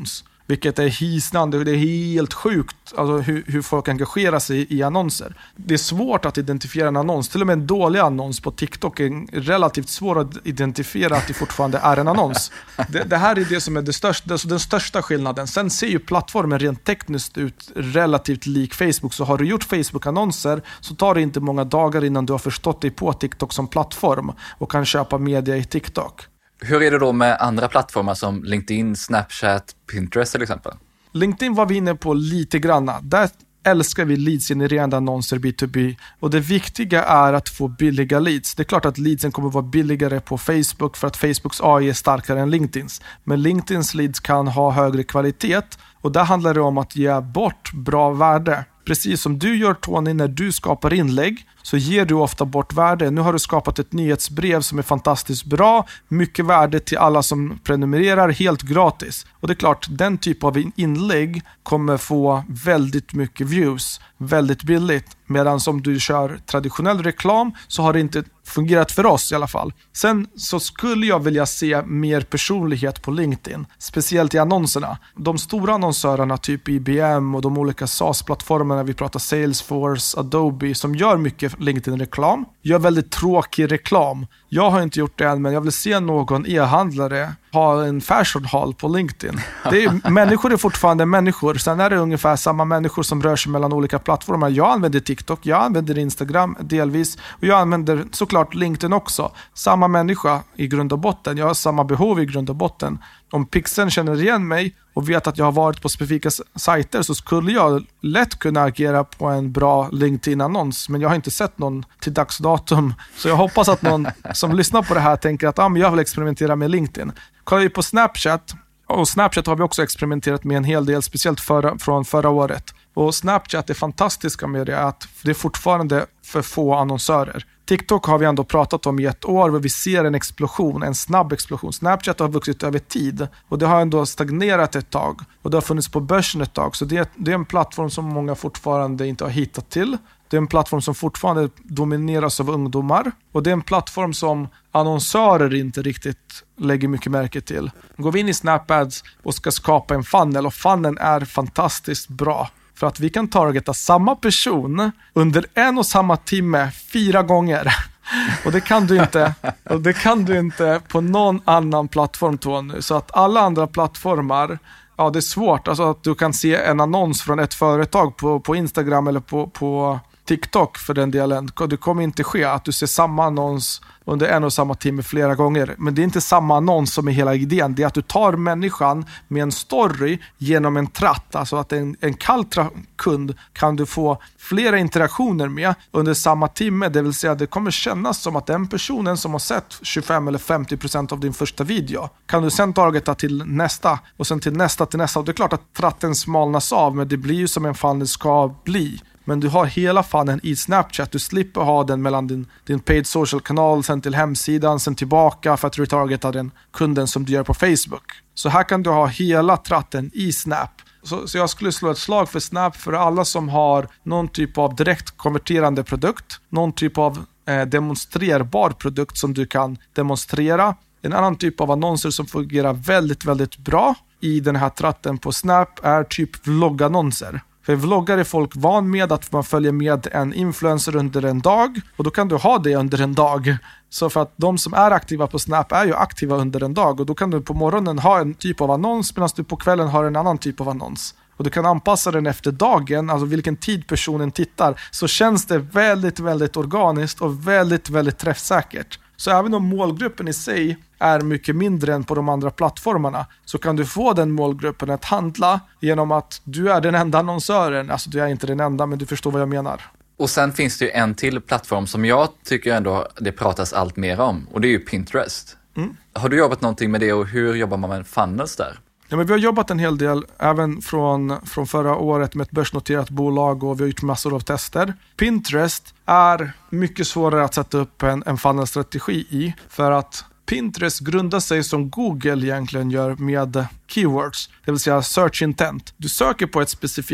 vilket är hisnande. Det är helt sjukt alltså hur, hur folk engagerar sig i, i annonser. Det är svårt att identifiera en annons. Till och med en dålig annons på TikTok är relativt svår att identifiera att det fortfarande är en annons. Det, det här är det som är det största, alltså den största skillnaden. Sen ser ju plattformen rent tekniskt ut relativt lik Facebook. Så har du gjort Facebook-annonser så tar det inte många dagar innan du har förstått dig på TikTok som plattform och kan köpa media i TikTok. Hur är det då med andra plattformar som LinkedIn, Snapchat, Pinterest till exempel? LinkedIn var vi inne på lite granna. Där älskar vi leads-genererande annonser B två B. Och det viktiga är att få billiga leads. Det är klart att leadsen kommer vara billigare på Facebook för att Facebooks A I är starkare än LinkedIns. Men LinkedIns leads kan ha högre kvalitet och där handlar det om att ge bort bra värde. Precis som du gör, Tony, när du skapar inlägg så ger du ofta bort värde. Nu har du skapat ett nyhetsbrev som är fantastiskt bra. Mycket värde till alla som prenumererar helt gratis. Och det är klart, den typ av inlägg kommer få väldigt mycket views väldigt billigt. Medan om du kör traditionell reklam så har det inte fungerat för oss i alla fall. Sen så skulle jag vilja se mer personlighet på LinkedIn. Speciellt i annonserna. De stora annonsörerna typ I B M och de olika SaaS-plattformarna, vi pratar Salesforce, Adobe, som gör mycket LinkedIn-reklam. Gör väldigt tråkig reklam. Jag har inte gjort det än, men jag vill se någon e-handlare ha en fashion hall på LinkedIn. Det är, människor är fortfarande människor. Sen är det ungefär samma människor som rör sig mellan olika plattformar. Jag använder TikTok, jag använder Instagram delvis och jag använder såklart LinkedIn också. Samma människa i grund och botten. Jag har samma behov i grund och botten. Om Pixeln känner igen mig och vet att jag har varit på specifika sajter så skulle jag lätt kunna agera på en bra LinkedIn-annons. Men jag har inte sett någon till dagsdatum. Så jag hoppas att någon som lyssnar på det här tänker att ah, men jag vill experimentera med LinkedIn. Kollar vi på Snapchat, och Snapchat har vi också experimenterat med en hel del, speciellt förra, från förra året. Och Snapchat är fantastiska med det att det är fortfarande för få annonsörer. TikTok har vi ändå pratat om i ett år och vi ser en explosion, en snabb explosion. Snapchat har vuxit över tid och det har ändå stagnerat ett tag och det har funnits på börsen ett tag. Så det, det är en plattform som många fortfarande inte har hittat till. Det är en plattform som fortfarande domineras av ungdomar och det är en plattform som annonsörer inte riktigt lägger mycket märke till. Går vi in i Snap Ads och ska skapa en funnel och funneln är fantastiskt bra. För att vi kan targeta samma person under en och samma timme fyra gånger. Och det kan du inte, och det kan du inte på någon annan plattform, Tony. Så att alla andra plattformar, ja det är svårt. Alltså att du kan se en annons från ett företag på, på Instagram eller på, på TikTok för den delen. Det kommer inte ske att du ser samma annons under en och samma timme flera gånger. Men det är inte samma annons som är hela idén. Det är att du tar människan med en story genom en tratt. Alltså att en, en kall tra- kund kan du få flera interaktioner med under samma timme. Det vill säga att det kommer kännas som att den personen som har sett tjugofem eller femtio procent av din första video kan du sen targeta till nästa och sen till nästa till nästa. Och det är klart att tratten smalnas av, men det blir ju som en funnel ska bli. Men du har hela funneln i Snapchat. Du slipper ha den mellan din, din paid social-kanal, sen till hemsidan, sen tillbaka för att retargeta den kunden som du gör på Facebook. Så här kan du ha hela tratten i Snap. Så, så jag skulle slå ett slag för Snap för alla som har någon typ av direkt konverterande produkt. Någon typ av eh, demonstrerbar produkt som du kan demonstrera. En annan typ av annonser som fungerar väldigt, väldigt bra i den här tratten på Snap är typ vloggannonser. För vloggar är folk van med att man följer med en influencer under en dag. Och då kan du ha det under en dag. Så för att de som är aktiva på Snap är ju aktiva under en dag. Och då kan du på morgonen ha en typ av annons medan du på kvällen har en annan typ av annons. Och du kan anpassa den efter dagen, alltså vilken tid personen tittar. Så känns det väldigt, väldigt organiskt och väldigt, väldigt träffsäkert. Så även om målgruppen i sig är mycket mindre än på de andra plattformarna så kan du få den målgruppen att handla genom att du är den enda annonsören. Alltså du är inte den enda, men du förstår vad jag menar. Och sen finns det ju en till plattform som jag tycker ändå det pratas allt mer om och det är ju Pinterest. Mm. Har du jobbat någonting med det och hur jobbar man med funnels där? Ja, men vi har jobbat en hel del även från, från förra året med ett börsnoterat bolag och vi har gjort massor av tester. Pinterest är mycket svårare att sätta upp en, en funnelstrategi i för att Pinterest grundar sig som Google egentligen gör med keywords, det vill säga search intent. Du söker på ett specifikt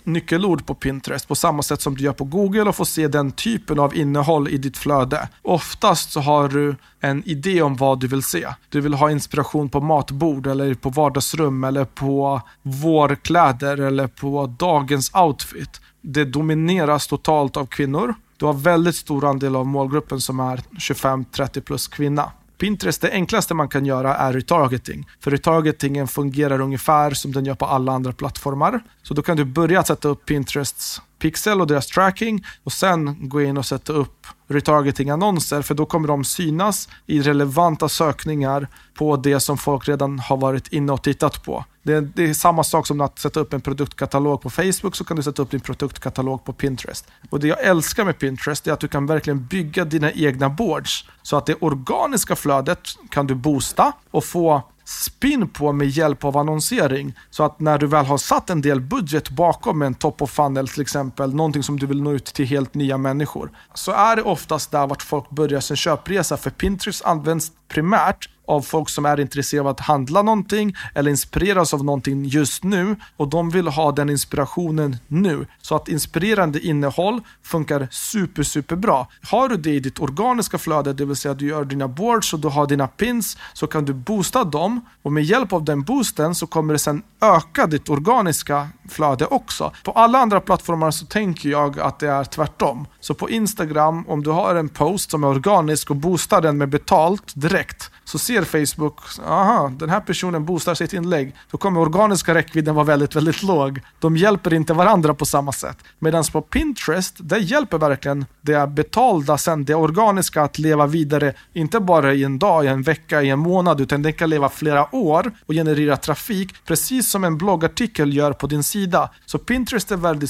nyckelord på Pinterest på samma sätt som du gör på Google och får se den typen av innehåll i ditt flöde. Oftast så har du en idé om vad du vill se. Du vill ha inspiration på matbord eller på vardagsrum eller på vårkläder eller på dagens outfit. Det domineras totalt av kvinnor. Du har väldigt stor andel av målgruppen som är tjugofem till trettio plus kvinna. Pinterest, det enklaste man kan göra är retargeting. För retargetingen fungerar ungefär som den gör på alla andra plattformar. Så då kan du börja sätta upp Pinterests pixel och deras tracking och sen gå in och sätta upp retargeting-annonser, för då kommer de synas i relevanta sökningar på det som folk redan har varit inne och tittat på. Det, det är samma sak som att sätta upp en produktkatalog på Facebook, så kan du sätta upp din produktkatalog på Pinterest. Och det jag älskar med Pinterest är att du kan verkligen bygga dina egna boards så att det organiska flödet kan du boosta och få spin på med hjälp av annonsering, så att när du väl har satt en del budget bakom en top of funnel till exempel, någonting som du vill nå ut till helt nya människor, så är det oftast där vart folk börjar sin köpresa. För Pinterest används primärt av folk som är intresserade av att handla någonting eller inspireras av någonting just nu, och de vill ha den inspirationen nu. Så att inspirerande innehåll funkar super super bra. Har du det i ditt organiska flöde, det vill säga att du gör dina boards och du har dina pins, så kan du boosta dem, och med hjälp av den boosten så kommer det sen öka ditt organiska flöde också. På alla andra plattformar så tänker jag att det är tvärtom. Så på Instagram, om du har en post som är organisk och boostar den med betalt direkt, så ser Facebook, aha, den här personen boostar sitt inlägg, då kommer organiska räckvidden vara väldigt, väldigt låg. De hjälper inte varandra på samma sätt. Medan på Pinterest, det hjälper verkligen det betalda sen, det organiska, att leva vidare, inte bara i en dag, i en vecka, i en månad, utan det kan leva flera år och generera trafik, precis som en bloggartikel gör på din sida. Så Pinterest är väldigt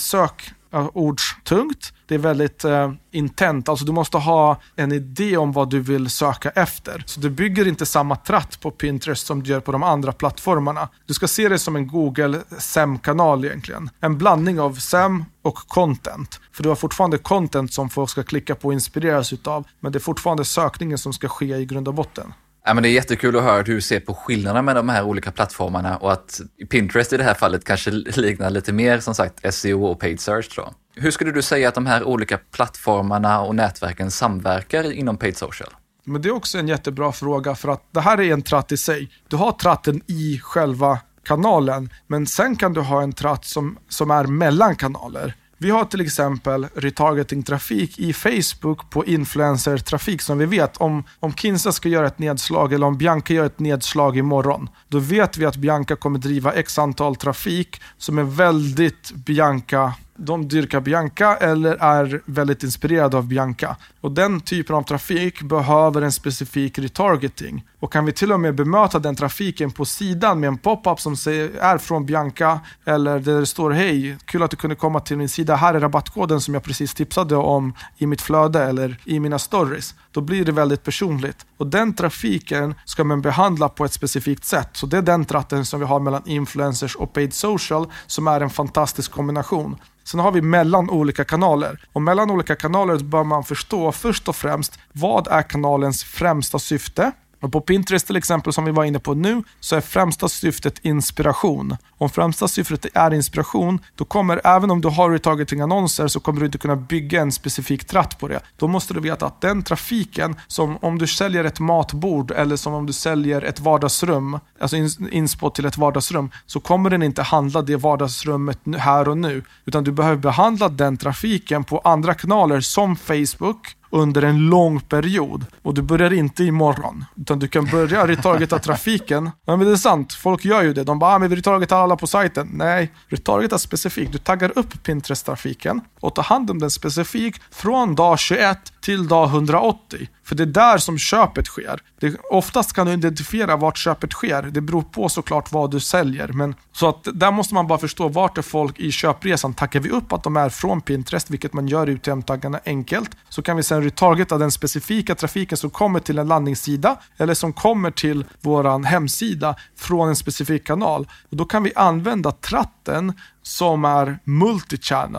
sökordstungt. Det är väldigt eh, intent, alltså du måste ha en idé om vad du vill söka efter. Så du bygger inte samma tratt på Pinterest som du gör på de andra plattformarna. Du ska se det som en Google S E M-kanal egentligen. En blandning av S E M och content. För du har fortfarande content som folk ska klicka på och inspireras utav, men det är fortfarande sökningen som ska ske i grund och botten. Ja, men det är jättekul att höra hur du ser på skillnaderna med de här olika plattformarna, och att Pinterest i det här fallet kanske liknar lite mer som sagt S E O och paid search då. Hur skulle du säga att de här olika plattformarna och nätverken samverkar inom paid social? Men det är också en jättebra fråga, för att det här är en tratt i sig. Du har tratten i själva kanalen, men sen kan du ha en tratt som, som är mellan kanaler. Vi har till exempel retargeting-trafik i Facebook på influencer-trafik som vi vet. Om, om Kinsa ska göra ett nedslag eller om Bianca gör ett nedslag imorgon, då vet vi att Bianca kommer driva x antal trafik som är väldigt Bianca. De dyrkar Bianca eller är väldigt inspirerade av Bianca. Och den typen av trafik behöver en specifik retargeting. Och kan vi till och med bemöta den trafiken på sidan med en pop-up som säger, är från Bianca, eller där det står hej, kul att du kunde komma till min sida, här är rabattkoden som jag precis tipsade om i mitt flöde eller i mina stories. Då blir det väldigt personligt. Och den trafiken ska man behandla på ett specifikt sätt. Så det är den tratten som vi har mellan influencers och paid social, som är en fantastisk kombination. Sen har vi mellan olika kanaler. Och mellan olika kanaler bör man förstå först och främst vad är kanalens främsta syfte. Och på Pinterest till exempel, som vi var inne på nu, så är främsta syftet inspiration. Om främsta syftet är inspiration, då kommer, även om du har retargeting-annonser, så kommer du inte kunna bygga en specifik tratt på det. Då måste du veta att den trafiken, som om du säljer ett matbord eller som om du säljer ett vardagsrum, alltså inspo till ett vardagsrum, så kommer den inte handla det vardagsrummet här och nu. Utan du behöver behandla den trafiken på andra kanaler som Facebook under en lång period. Och du börjar inte imorgon, utan du kan börja retargeta trafiken. Ja, men det är sant, folk gör ju det. De bara, ah, men vi retargetar alla på sajten. Nej, retargeta specifikt. Du taggar upp Pinterest-trafiken och tar hand om den specifikt från dag tjugoett till dag hundraåttio. För det är där som köpet sker. Det, oftast kan du identifiera vart köpet sker. Det beror på såklart vad du säljer. Men, så att där måste man bara förstå vart är folk i köpresan. Tackar vi upp att de är från Pinterest, vilket man gör i U T M-taggarna enkelt, så kan vi sen retargeta den specifika trafiken som kommer till en landningssida eller som kommer till våran hemsida från en specifik kanal. Och då kan vi använda tratten som är multichannel.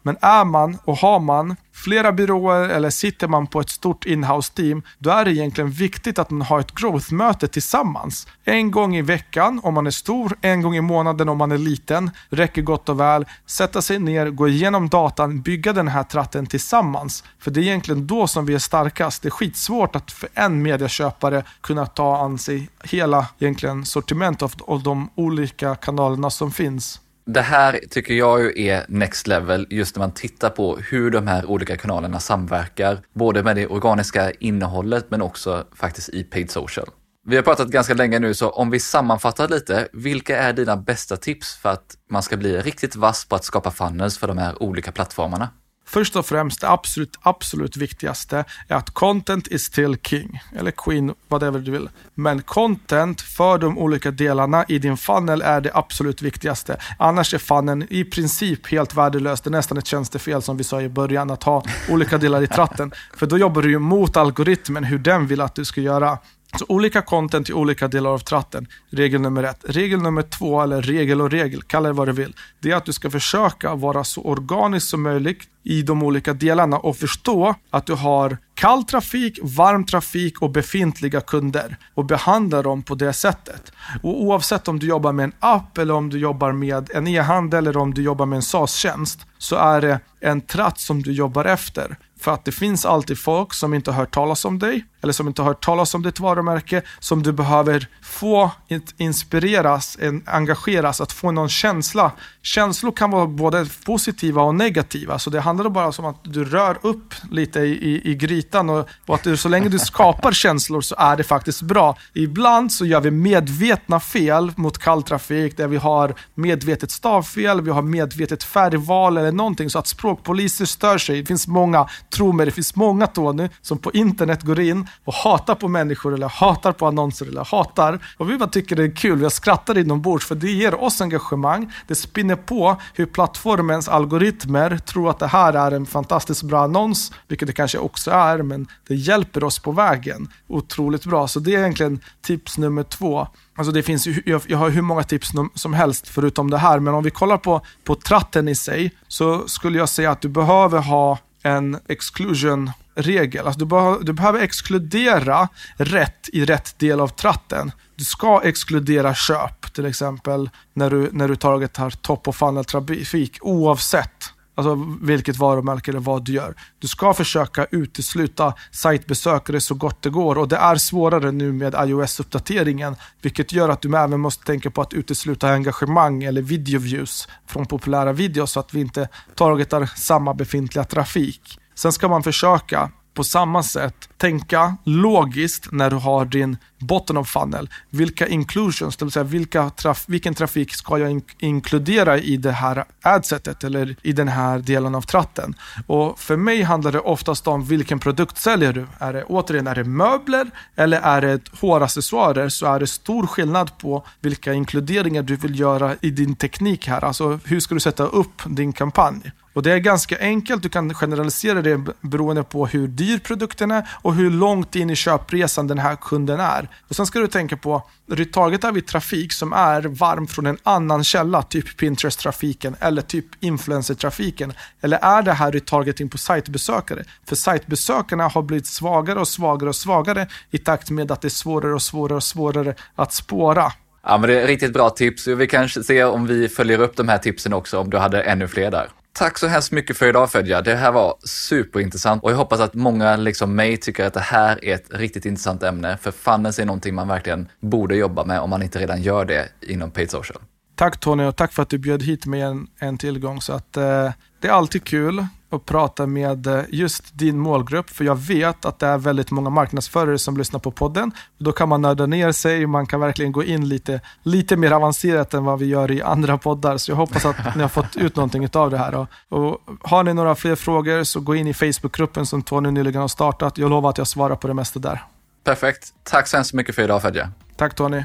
Men är man och har man flera byråer eller sitter man på ett stort in-house team, då är det egentligen viktigt att man har ett growth-möte tillsammans. En gång i veckan om man är stor, en gång i månaden om man är liten, räcker gott och väl. Sätta sig ner, gå igenom datan, bygga den här tratten tillsammans. För det är egentligen då som vi är starkast. Det är skitsvårt att för en medieköpare kunna ta an sig hela egentligen sortiment av, av de olika kanalerna som finns. Det här tycker jag ju är next level just när man tittar på hur de här olika kanalerna samverkar. Både med det organiska innehållet men också faktiskt i paid social. Vi har pratat ganska länge nu, så om vi sammanfattar lite, vilka är dina bästa tips för att man ska bli riktigt vass på att skapa funnels för de här olika plattformarna? Först och främst, det absolut, absolut viktigaste är att content is still king. Eller queen, whatever du vill. Men content för de olika delarna i din funnel är det absolut viktigaste. Annars är funneln i princip helt värdelös. Det är nästan ett tjänstefel som vi sa i början, att ha olika delar i tratten. För då jobbar du ju mot algoritmen, hur den vill att du ska göra. Så olika content i olika delar av tratten. Regel nummer ett. Regel nummer två, eller regel och regel, kalla det vad du vill. Det är att du ska försöka vara så organisk som möjligt i de olika delarna och förstå att du har kall trafik, varm trafik och befintliga kunder och behandla dem på det sättet. Och oavsett om du jobbar med en app eller om du jobbar med en e-handel eller om du jobbar med en SaaS-tjänst, så är det en tratt som du jobbar efter. För att det finns alltid folk som inte har hört talas om dig eller som inte har hört talas om ditt varumärke, som du behöver få inspireras, engageras, att få någon känsla. Känslor kan vara både positiva och negativa, så det handlar bara om att du rör upp lite i, i, i grytan och, och att du, så länge du skapar känslor så är det faktiskt bra. Ibland så gör vi medvetna fel mot kalltrafik där vi har medvetet stavfel, vi har medvetet färgval eller någonting så att språkpoliser stör sig. Det finns många, tro mig, det finns många Tony som på internet går in och hatar på människor eller hatar på annonser eller hatar, och vi bara tycker det är kul, vi skrattar inombords för det ger oss engagemang, det spinner på hur plattformens algoritmer tror att det här är en fantastiskt bra annons, vilket det kanske också är, men det hjälper oss på vägen otroligt bra. Så det är egentligen tips nummer två. Alltså det finns ju, jag, jag har hur många tips som helst förutom det här, men om vi kollar på, på tratten i sig, så skulle jag säga att du behöver ha en exclusion-regel. Alltså du, be- du behöver exkludera rätt i rätt del av tratten. Du ska exkludera köp, till exempel när du, när du targetar topp- och funnel-trafik, oavsett alltså vilket varumärke eller vad du gör. Du ska försöka utesluta sajtbesökare så gott det går, och det är svårare nu med iOS-uppdateringen, vilket gör att du även måste tänka på att utesluta engagemang eller videoviews från populära videos så att vi inte targetar samma befintliga trafik. Sen ska man försöka på samma sätt tänka logiskt när du har din bottom of funnel. Vilka inclusions, det vill säga vilka traf- vilken trafik ska jag in- inkludera i det här adsetet eller i den här delen av tratten. Och för mig handlar det oftast om vilken produkt säljer du. Är det, återigen, är det möbler eller är det håraccessoarer, så är det stor skillnad på vilka inkluderingar du vill göra i din teknik här. Alltså hur ska du sätta upp din kampanj? Och det är ganska enkelt, du kan generalisera det beroende på hur dyr produkten är och hur långt in i köpresan den här kunden är. Och sen ska du tänka på, retargetar vi trafik som är varm från en annan källa, typ Pinterest-trafiken eller typ influencer-trafiken, eller är det här retargeting på sajtbesökare? För sajtbesökarna har blivit svagare och svagare och svagare i takt med att det är svårare och svårare och svårare att spåra. Ja, men det är riktigt bra tips. Vi kanske se om vi följer upp de här tipsen också, om du hade ännu fler där. Tack så hemskt mycket för idag, Fedja. Det här var superintressant och jag hoppas att många liksom mig tycker att det här är ett riktigt intressant ämne, för funnels är någonting man verkligen borde jobba med om man inte redan gör det inom paid social. Tack Tony, och tack för att du bjöd hit med en, en tillgång. Så att, eh, det är alltid kul att prata med just din målgrupp, för jag vet att det är väldigt många marknadsförare som lyssnar på podden. Då kan man nörda ner sig, man kan verkligen gå in lite, lite mer avancerat än vad vi gör i andra poddar. Så jag hoppas att ni har fått ut någonting av det här. Och, och har ni några fler frågor så gå in i Facebookgruppen som Tony nyligen har startat. Jag lovar att jag svarar på det mesta där. Perfekt. Tack så hemskt mycket för idag, Fedja. Tack Tony.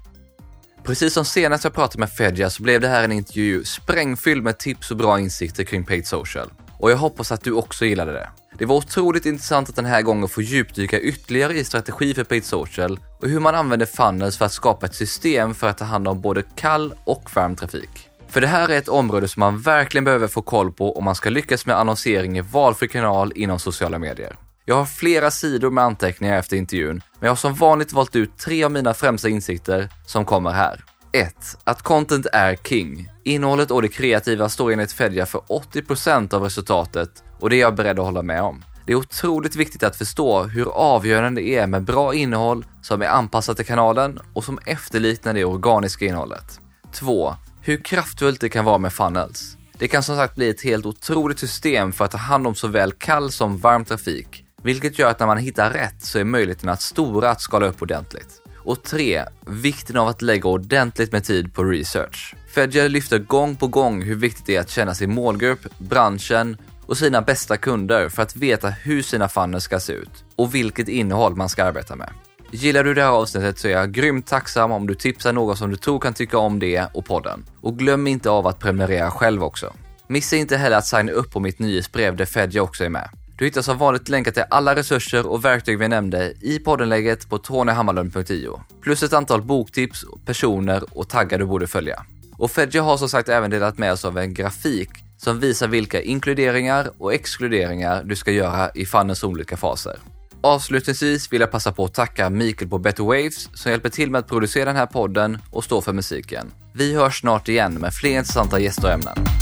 Precis som senast jag pratade med Fedja så blev det här en intervju sprängfylld med tips och bra insikter kring paid social. Och jag hoppas att du också gillade det. Det var otroligt intressant att den här gången få djupdyka ytterligare i strategi för paid social och hur man använder funnels för att skapa ett system för att ta hand om både kall och varm trafik. För det här är ett område som man verkligen behöver få koll på om man ska lyckas med annonsering i valfri kanal inom sociala medier. Jag har flera sidor med anteckningar efter intervjun, men jag har som vanligt valt ut tre av mina främsta insikter som kommer här. ett. Att content är king. Innehållet och det kreativa står enligt Fedja för åttio procent av resultatet, och det är jag beredd att hålla med om. Det är otroligt viktigt att förstå hur avgörande det är med bra innehåll som är anpassat till kanalen och som efterliknar det organiska innehållet. två. Hur kraftfullt det kan vara med funnels. Det kan som sagt bli ett helt otroligt system för att ta hand om såväl kall som varm trafik, vilket gör att när man hittar rätt så är möjligheten att stora att skala upp ordentligt. Och tre. Vikten av att lägga ordentligt med tid på research. Fedja lyfter gång på gång hur viktigt det är att känna sin målgrupp, branschen och sina bästa kunder för att veta hur sina funnels ska se ut och vilket innehåll man ska arbeta med. Gillar du det här avsnittet så är jag grymt tacksam om du tipsar någon som du tror kan tycka om det och podden. Och glöm inte av att prenumerera själv också. Missa inte heller att signa upp på mitt nyhetsbrev där Fedja också är med. Du hittar som vanligt länkar till alla resurser och verktyg vi nämnde i poddenlägget på tony hammarlund punkt io. Plus ett antal boktips, personer och taggar du borde följa. Och Fedja har som sagt även delat med oss av en grafik som visar vilka inkluderingar och exkluderingar du ska göra i funnels olika faser. Avslutningsvis vill jag passa på att tacka Mikael på Better Waves som hjälper till med att producera den här podden och stå för musiken. Vi hörs snart igen med fler intressanta gäster och ämnen.